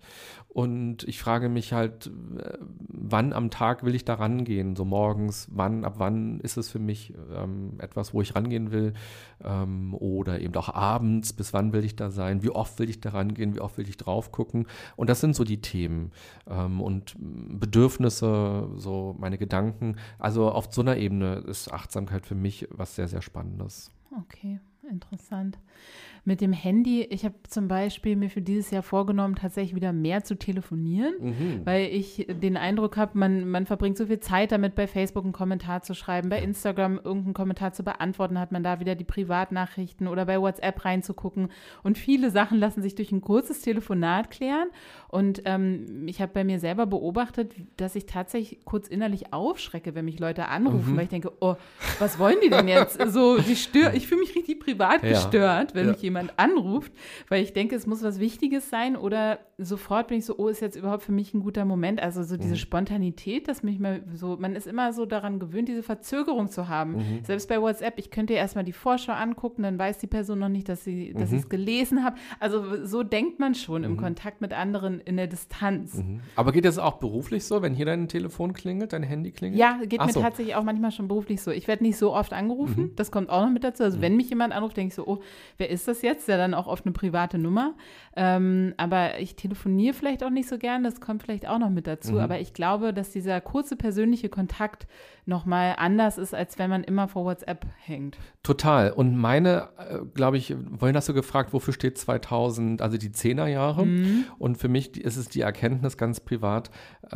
Und ich frage mich halt, äh, wann am Tag will ich da rangehen? So morgens, wann, ab wann ist es für mich ähm, etwas, wo ich rangehen will? Ähm, oder eben auch abends, bis wann will ich da sein? Wie oft will ich da rangehen? Wie oft will ich drauf gucken? Und das sind so die Themen. Ähm, und Bedürfnisse, so meine Gedanken. Also auf so einer Ebene ist Achtsamkeit für mich was sehr, sehr Spannendes. Okay, interessant. Mit dem Handy, ich habe zum Beispiel mir für dieses Jahr vorgenommen, tatsächlich wieder mehr zu telefonieren, Mhm. weil ich den Eindruck habe, man, man verbringt so viel Zeit damit, bei Facebook einen Kommentar zu schreiben, bei Instagram irgendeinen Kommentar zu beantworten, hat man da wieder die Privatnachrichten oder bei WhatsApp reinzugucken, und viele Sachen lassen sich durch ein kurzes Telefonat klären, und ähm, ich habe bei mir selber beobachtet, dass ich tatsächlich kurz innerlich aufschrecke, wenn mich Leute anrufen, Mhm. weil ich denke, oh, was wollen die denn jetzt? So, die stör- ich fühle mich richtig privat Ja. gestört, wenn Ja. mich jemand anruft, weil ich denke, es muss was Wichtiges sein, oder sofort bin ich so, oh, ist jetzt überhaupt für mich ein guter Moment. Also so diese Mhm. Spontanität, dass mich mal so, man ist immer so daran gewöhnt, diese Verzögerung zu haben. Mhm. Selbst bei WhatsApp, ich könnte erstmal die Vorschau angucken, dann weiß die Person noch nicht, dass sie, dass Mhm. ich es gelesen habe. Also so denkt man schon im Mhm. Kontakt mit anderen in der Distanz. Mhm. Aber geht das auch beruflich so, wenn hier dein Telefon klingelt, dein Handy klingelt? Ja, geht Ach mir so. tatsächlich auch manchmal schon beruflich so. Ich werde nicht so oft angerufen, Mhm. das kommt auch noch mit dazu. Also Mhm. wenn mich jemand anruft, denke ich so, oh, wer ist das jetzt? Ja, dann auch oft eine private Nummer. Ähm, aber ich telefoniere vielleicht auch nicht so gern, das kommt vielleicht auch noch mit dazu. Mhm. Aber ich glaube, dass dieser kurze persönliche Kontakt nochmal anders ist, als wenn man immer vor WhatsApp hängt. Total. Und meine, äh, glaube ich, vorhin hast du gefragt, wofür steht zweitausend, also die Zehnerjahre. Mhm. Und für mich ist es die Erkenntnis ganz privat,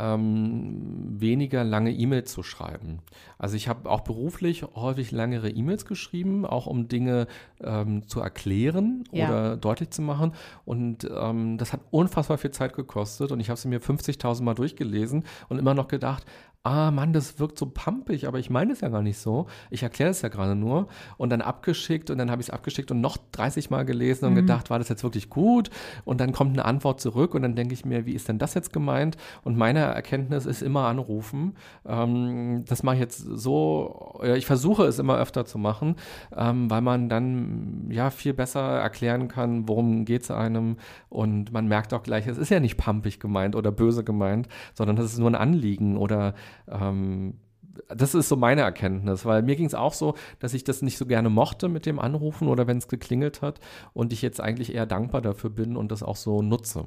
ähm, weniger lange E-Mails zu schreiben. Also ich habe auch beruflich häufig längere E-Mails geschrieben, auch um Dinge ähm, zu erklären erklären Ja. oder deutlich zu machen. Und ähm, das hat unfassbar viel Zeit gekostet und ich habe sie mir fünfzigtausend Mal durchgelesen und immer noch gedacht, ah Mann, das wirkt so pampig, aber ich meine es ja gar nicht so. Ich erkläre es ja gerade nur und dann abgeschickt und dann habe ich es abgeschickt und noch dreißig Mal gelesen und Mhm. gedacht, war das jetzt wirklich gut? Und dann kommt eine Antwort zurück und dann denke ich mir, wie ist denn das jetzt gemeint? Und meine Erkenntnis ist immer anrufen. Ähm, das mache ich jetzt so, ja, ich versuche es immer öfter zu machen, ähm, weil man dann ja viel besser erklären kann, worum geht es einem und man merkt auch gleich, es ist ja nicht pampig gemeint oder böse gemeint, sondern das ist nur ein Anliegen oder ähm, das ist so meine Erkenntnis, weil mir ging es auch so, dass ich das nicht so gerne mochte mit dem Anrufen oder wenn es geklingelt hat und ich jetzt eigentlich eher dankbar dafür bin und das auch so nutze.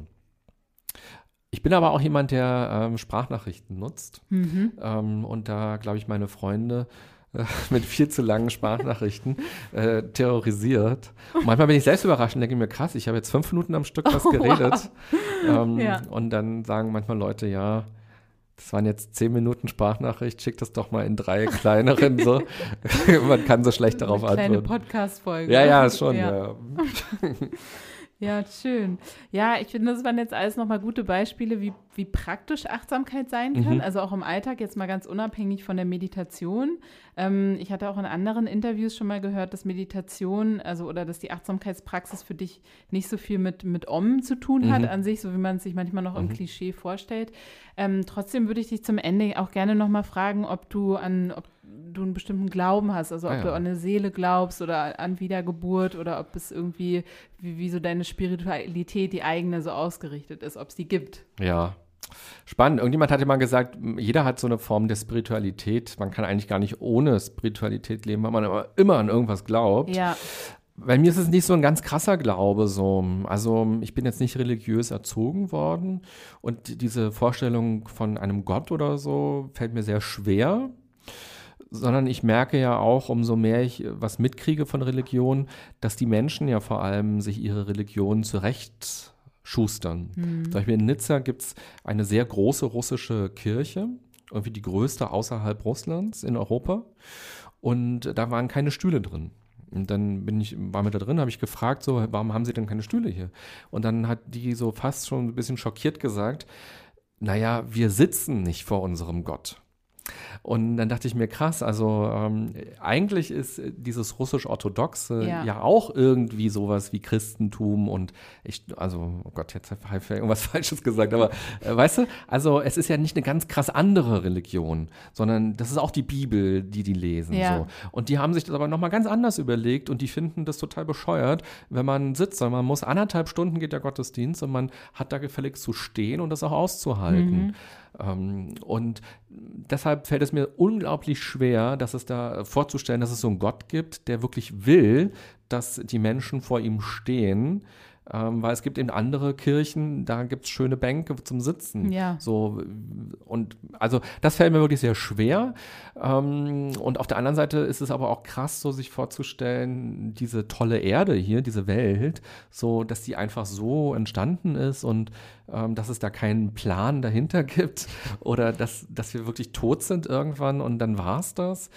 Ich bin aber auch jemand, der ähm, Sprachnachrichten nutzt Mhm. ähm, und da, glaube ich, meine Freunde äh, mit viel zu langen Sprachnachrichten äh, terrorisiert. Und manchmal bin ich selbst überrascht und denke mir, krass, ich habe jetzt fünf Minuten am Stück was Oh, geredet. wow. Ähm, Ja. Und dann sagen manchmal Leute, ja, das waren jetzt zehn Minuten Sprachnachricht, schick das doch mal in drei kleineren so. Man kann so schlecht darauf Eine kleine antworten. Podcast-Folge. Ja, ja, ist schon, Ja. ja. Ja, schön. Ja, ich finde, das waren jetzt alles nochmal gute Beispiele, wie, wie praktisch Achtsamkeit sein kann. Mhm. Also auch im Alltag, jetzt mal ganz unabhängig von der Meditation. Ähm, ich hatte auch in anderen Interviews schon mal gehört, dass Meditation, also oder dass die Achtsamkeitspraxis für dich nicht so viel mit, mit Om zu tun hat Mhm. an sich, so wie man es sich manchmal noch im Mhm. Klischee vorstellt. Ähm, trotzdem würde ich dich zum Ende auch gerne nochmal fragen, ob du an, ob du einen bestimmten Glauben hast, also ob Ah, ja. du an eine Seele glaubst oder an Wiedergeburt oder ob es irgendwie, wie, wie so deine Spiritualität, die eigene, so ausgerichtet ist, ob es die gibt. Ja, spannend. Irgendjemand hatte mal gesagt, jeder hat so eine Form der Spiritualität. Man kann eigentlich gar nicht ohne Spiritualität leben, weil man aber immer an irgendwas glaubt. Ja, Bei mir ist es nicht so ein ganz krasser Glaube so. Also ich bin jetzt nicht religiös erzogen worden und diese Vorstellung von einem Gott oder so fällt mir sehr schwer. Sondern ich merke ja auch, umso mehr ich was mitkriege von Religion, dass die Menschen ja vor allem sich ihre Religion zurecht schustern. Mhm. Zum Beispiel in Nizza gibt es eine sehr große russische Kirche, irgendwie die größte außerhalb Russlands in Europa. Und da waren keine Stühle drin. Und dann bin ich, waren wir da drin, habe ich gefragt, so, warum haben Sie denn keine Stühle hier? Und dann hat die so fast schon ein bisschen schockiert gesagt, naja, wir sitzen nicht vor unserem Gott. Und dann dachte ich mir, krass, also ähm, eigentlich ist dieses russisch-orthodoxe Ja. ja. auch irgendwie sowas wie Christentum und ich, also, oh Gott, jetzt habe ich irgendwas Falsches gesagt, aber äh, weißt du, also es ist ja nicht eine ganz krass andere Religion, sondern das ist auch die Bibel, die die lesen. Ja. So. Und die haben sich das aber nochmal ganz anders überlegt und die finden das total bescheuert, wenn man sitzt, sondern man muss anderthalb Stunden geht der Gottesdienst und man hat da gefälligst zu stehen und das auch auszuhalten. Mhm. Ähm, und deshalb fällt es mir unglaublich schwer, dass es da vorzustellen, dass es so einen Gott gibt, der wirklich will, dass die Menschen vor ihm stehen. Ähm, weil es gibt eben andere Kirchen, da gibt es schöne Bänke zum Sitzen. Ja. So, und also das fällt mir wirklich sehr schwer. Ähm, und auf der anderen Seite ist es aber auch krass, so sich vorzustellen, diese tolle Erde hier, diese Welt, so, dass die einfach so entstanden ist und ähm, dass es da keinen Plan dahinter gibt oder dass, dass wir wirklich tot sind irgendwann und dann war es das.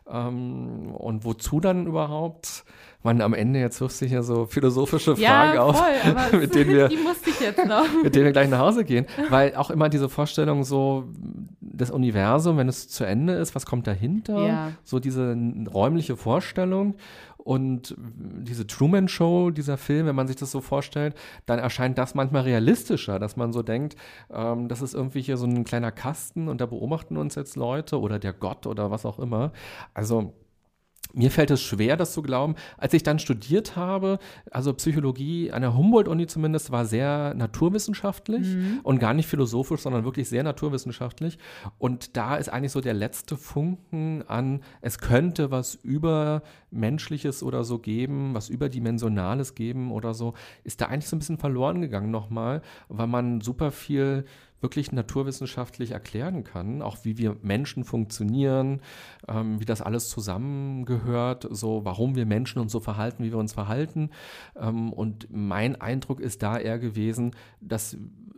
Ähm, und wozu dann überhaupt? Man, am Ende, jetzt wirfst du hier so philosophische Fragen ja, auf, voll, aber mit denen wir die musste ich jetzt noch. mit denen wir gleich nach Hause gehen, weil auch immer diese Vorstellung so, das Universum, wenn es zu Ende ist, was kommt dahinter? Ja. So diese räumliche Vorstellung und diese Truman Show, dieser Film, wenn man sich das so vorstellt, dann erscheint das manchmal realistischer, dass man so denkt, ähm, das ist irgendwie hier so ein kleiner Kasten und da beobachten uns jetzt Leute oder der Gott oder was auch immer. Also mir fällt es schwer, das zu glauben. Als ich dann studiert habe, also Psychologie an der Humboldt-Uni zumindest, war sehr naturwissenschaftlich Mhm. und gar nicht philosophisch, sondern wirklich sehr naturwissenschaftlich. Und da ist eigentlich so der letzte Funken an, es könnte was Übermenschliches oder so geben, was Überdimensionales geben oder so, ist da eigentlich so ein bisschen verloren gegangen nochmal, weil man super viel wirklich naturwissenschaftlich erklären kann, auch wie wir Menschen funktionieren, ähm, wie das alles zusammengehört, so warum wir Menschen uns so verhalten, wie wir uns verhalten. Ähm, und mein Eindruck ist da eher gewesen, dass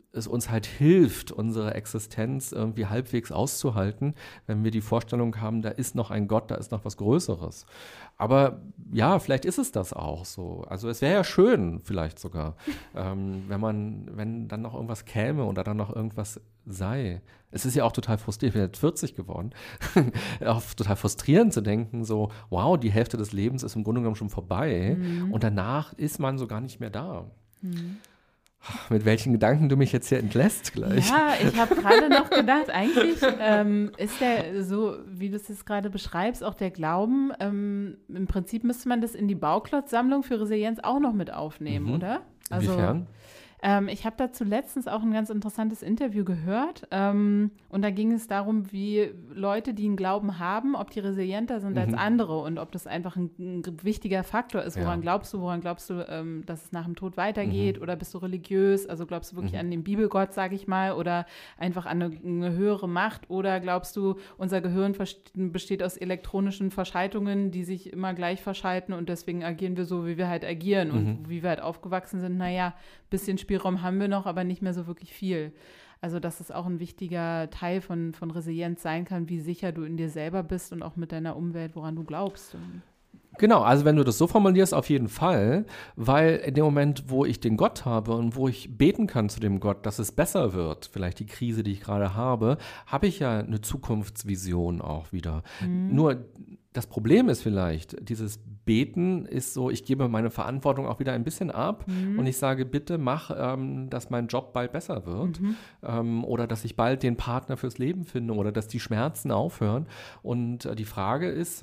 es uns halt hilft, unsere Existenz irgendwie halbwegs auszuhalten, wenn wir die Vorstellung haben, da ist noch ein Gott, da ist noch was Größeres. Aber ja, vielleicht ist es das auch so. Also es wäre ja schön, vielleicht sogar, ähm, wenn man, wenn dann noch irgendwas käme oder dann noch irgendwas sei. Es ist ja auch total frustrierend, ich bin jetzt vierzig geworden, auch total frustrierend zu denken, so, wow, die Hälfte des Lebens ist im Grunde genommen schon vorbei mhm. und danach ist man so gar nicht mehr da. Mhm. Mit welchen Gedanken du mich jetzt hier entlässt gleich. Ja, ich habe gerade noch gedacht, eigentlich ähm, ist der, so wie du es jetzt gerade beschreibst, auch der Glauben, ähm, im Prinzip müsste man das in die Bauklotzsammlung für Resilienz auch noch mit aufnehmen, mhm. oder? Also, inwiefern? Ähm, ich habe dazu letztens auch ein ganz interessantes Interview gehört ähm, und da ging es darum, wie Leute, die einen Glauben haben, ob die resilienter sind mhm. als andere und ob das einfach ein, ein wichtiger Faktor ist. Woran ja. glaubst du, woran glaubst du, ähm, dass es nach dem Tod weitergeht mhm. oder bist du religiös, also glaubst du wirklich mhm. an den Bibelgott, sage ich mal, oder einfach an eine, eine höhere Macht oder glaubst du, unser Gehirn besteht aus elektronischen Verschaltungen, die sich immer gleich verschalten und deswegen agieren wir so, wie wir halt agieren und Mhm. wie wir halt aufgewachsen sind, naja, bisschen Spielraum haben wir noch, aber nicht mehr so wirklich viel. Also dass es auch ein wichtiger Teil von, von Resilienz sein kann, wie sicher du in dir selber bist und auch mit deiner Umwelt, woran du glaubst. Genau, also wenn du das so formulierst, auf jeden Fall, weil in dem Moment, wo ich den Gott habe und wo ich beten kann zu dem Gott, dass es besser wird, vielleicht die Krise, die ich gerade habe, habe ich ja eine Zukunftsvision auch wieder. Mhm. Nur das Problem ist vielleicht, dieses Beten ist so, ich gebe meine Verantwortung auch wieder ein bisschen ab mhm. und ich sage, bitte mach, ähm, dass mein Job bald besser wird mhm. ähm, oder dass ich bald den Partner fürs Leben finde oder dass die Schmerzen aufhören. Und äh, die Frage ist,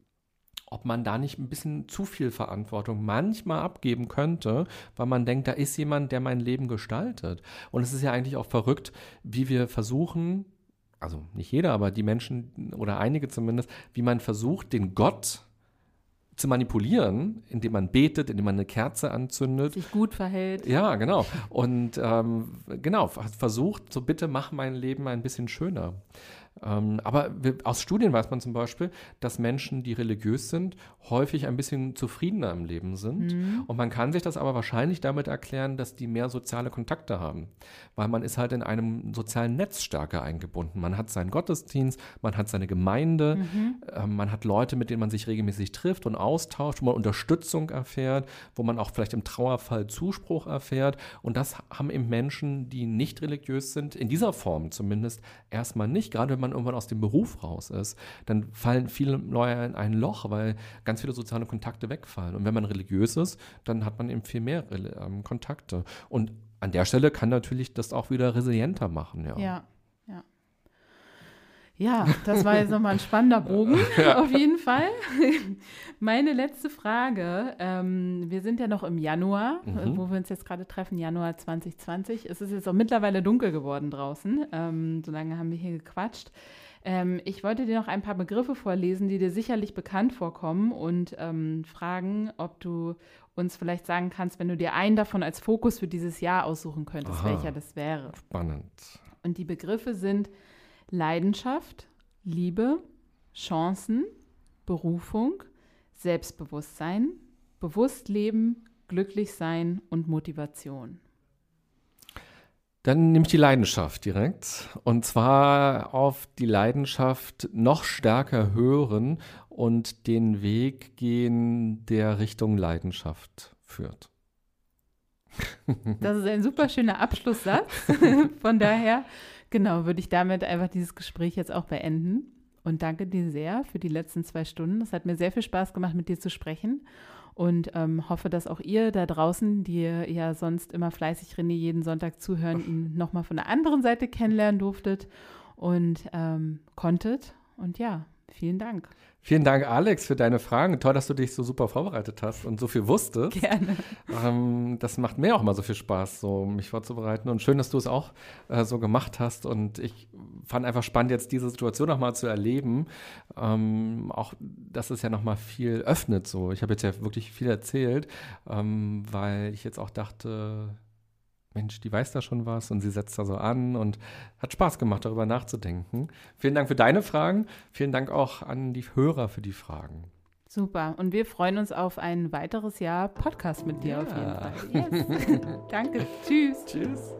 ob man da nicht ein bisschen zu viel Verantwortung manchmal abgeben könnte, weil man denkt, da ist jemand, der mein Leben gestaltet. Und es ist ja eigentlich auch verrückt, wie wir versuchen, also nicht jeder, aber die Menschen oder einige zumindest, wie man versucht, den Gott zu manipulieren, indem man betet, indem man eine Kerze anzündet. Sich gut verhält. Ja, genau. Und ähm, genau, versucht, so bitte mach mein Leben ein bisschen schöner. Ähm, aber wir, aus Studien weiß man zum Beispiel, dass Menschen, die religiös sind, häufig ein bisschen zufriedener im Leben sind. Mhm. Und man kann sich das aber wahrscheinlich damit erklären, dass die mehr soziale Kontakte haben. Weil man ist halt in einem sozialen Netz stärker eingebunden. Man hat seinen Gottesdienst, man hat seine Gemeinde, mhm. äh, man hat Leute, mit denen man sich regelmäßig trifft und austauscht, wo man Unterstützung erfährt, wo man auch vielleicht im Trauerfall Zuspruch erfährt. Und das haben eben Menschen, die nicht religiös sind, in dieser Form zumindest erstmal nicht. Gerade wenn man irgendwann aus dem Beruf raus ist, dann fallen viele Leute in ein Loch, weil ganz viele soziale Kontakte wegfallen. Und wenn man religiös ist, dann hat man eben viel mehr ähm, Kontakte. Und an der Stelle kann natürlich das auch wieder resilienter machen. Ja, ja. ja. Ja, das war jetzt nochmal ein spannender Bogen, ja. Auf jeden Fall. Meine letzte Frage, ähm, wir sind ja noch im Januar, mhm. wo wir uns jetzt gerade treffen, Januar zwanzig zwanzig. Es ist jetzt auch mittlerweile dunkel geworden draußen, ähm, so lange haben wir hier gequatscht. Ähm, ich wollte dir noch ein paar Begriffe vorlesen, die dir sicherlich bekannt vorkommen und ähm, fragen, ob du uns vielleicht sagen kannst, wenn du dir einen davon als Fokus für dieses Jahr aussuchen könntest, Aha. welcher das wäre. Spannend. Und die Begriffe sind Leidenschaft, Liebe, Chancen, Berufung, Selbstbewusstsein, Bewusstleben, Glücklichsein und Motivation. Dann nehme ich die Leidenschaft direkt. Und zwar auf die Leidenschaft noch stärker hören und den Weg gehen, der Richtung Leidenschaft führt. Das ist ein super schöner Abschlusssatz. Von daher, genau, würde ich damit einfach dieses Gespräch jetzt auch beenden. Und danke dir sehr für die letzten zwei Stunden. Es hat mir sehr viel Spaß gemacht, mit dir zu sprechen. Und ähm, hoffe, dass auch ihr da draußen, die ja sonst immer fleißig René jeden Sonntag zuhören, ihn nochmal von der anderen Seite kennenlernen durftet und ähm, konntet. Und ja, vielen Dank. Vielen Dank, Alex, für deine Fragen. Toll, dass du dich so super vorbereitet hast und so viel wusstest. Gerne. Ähm, das macht mir auch immer so viel Spaß, so mich vorzubereiten. Und schön, dass du es auch äh, so gemacht hast. Und ich fand einfach spannend, jetzt diese Situation nochmal zu erleben. Ähm, auch, dass es ja nochmal viel öffnet. So. Ich habe jetzt ja wirklich viel erzählt, ähm, weil ich jetzt auch dachte, Mensch, die weiß da schon was und sie setzt da so an und hat Spaß gemacht, darüber nachzudenken. Vielen Dank für deine Fragen. Vielen Dank auch an die Hörer für die Fragen. Super. Und wir freuen uns auf ein weiteres Jahr Podcast mit dir ja. auf jeden Fall. Yes. Danke. Tschüss. Tschüss.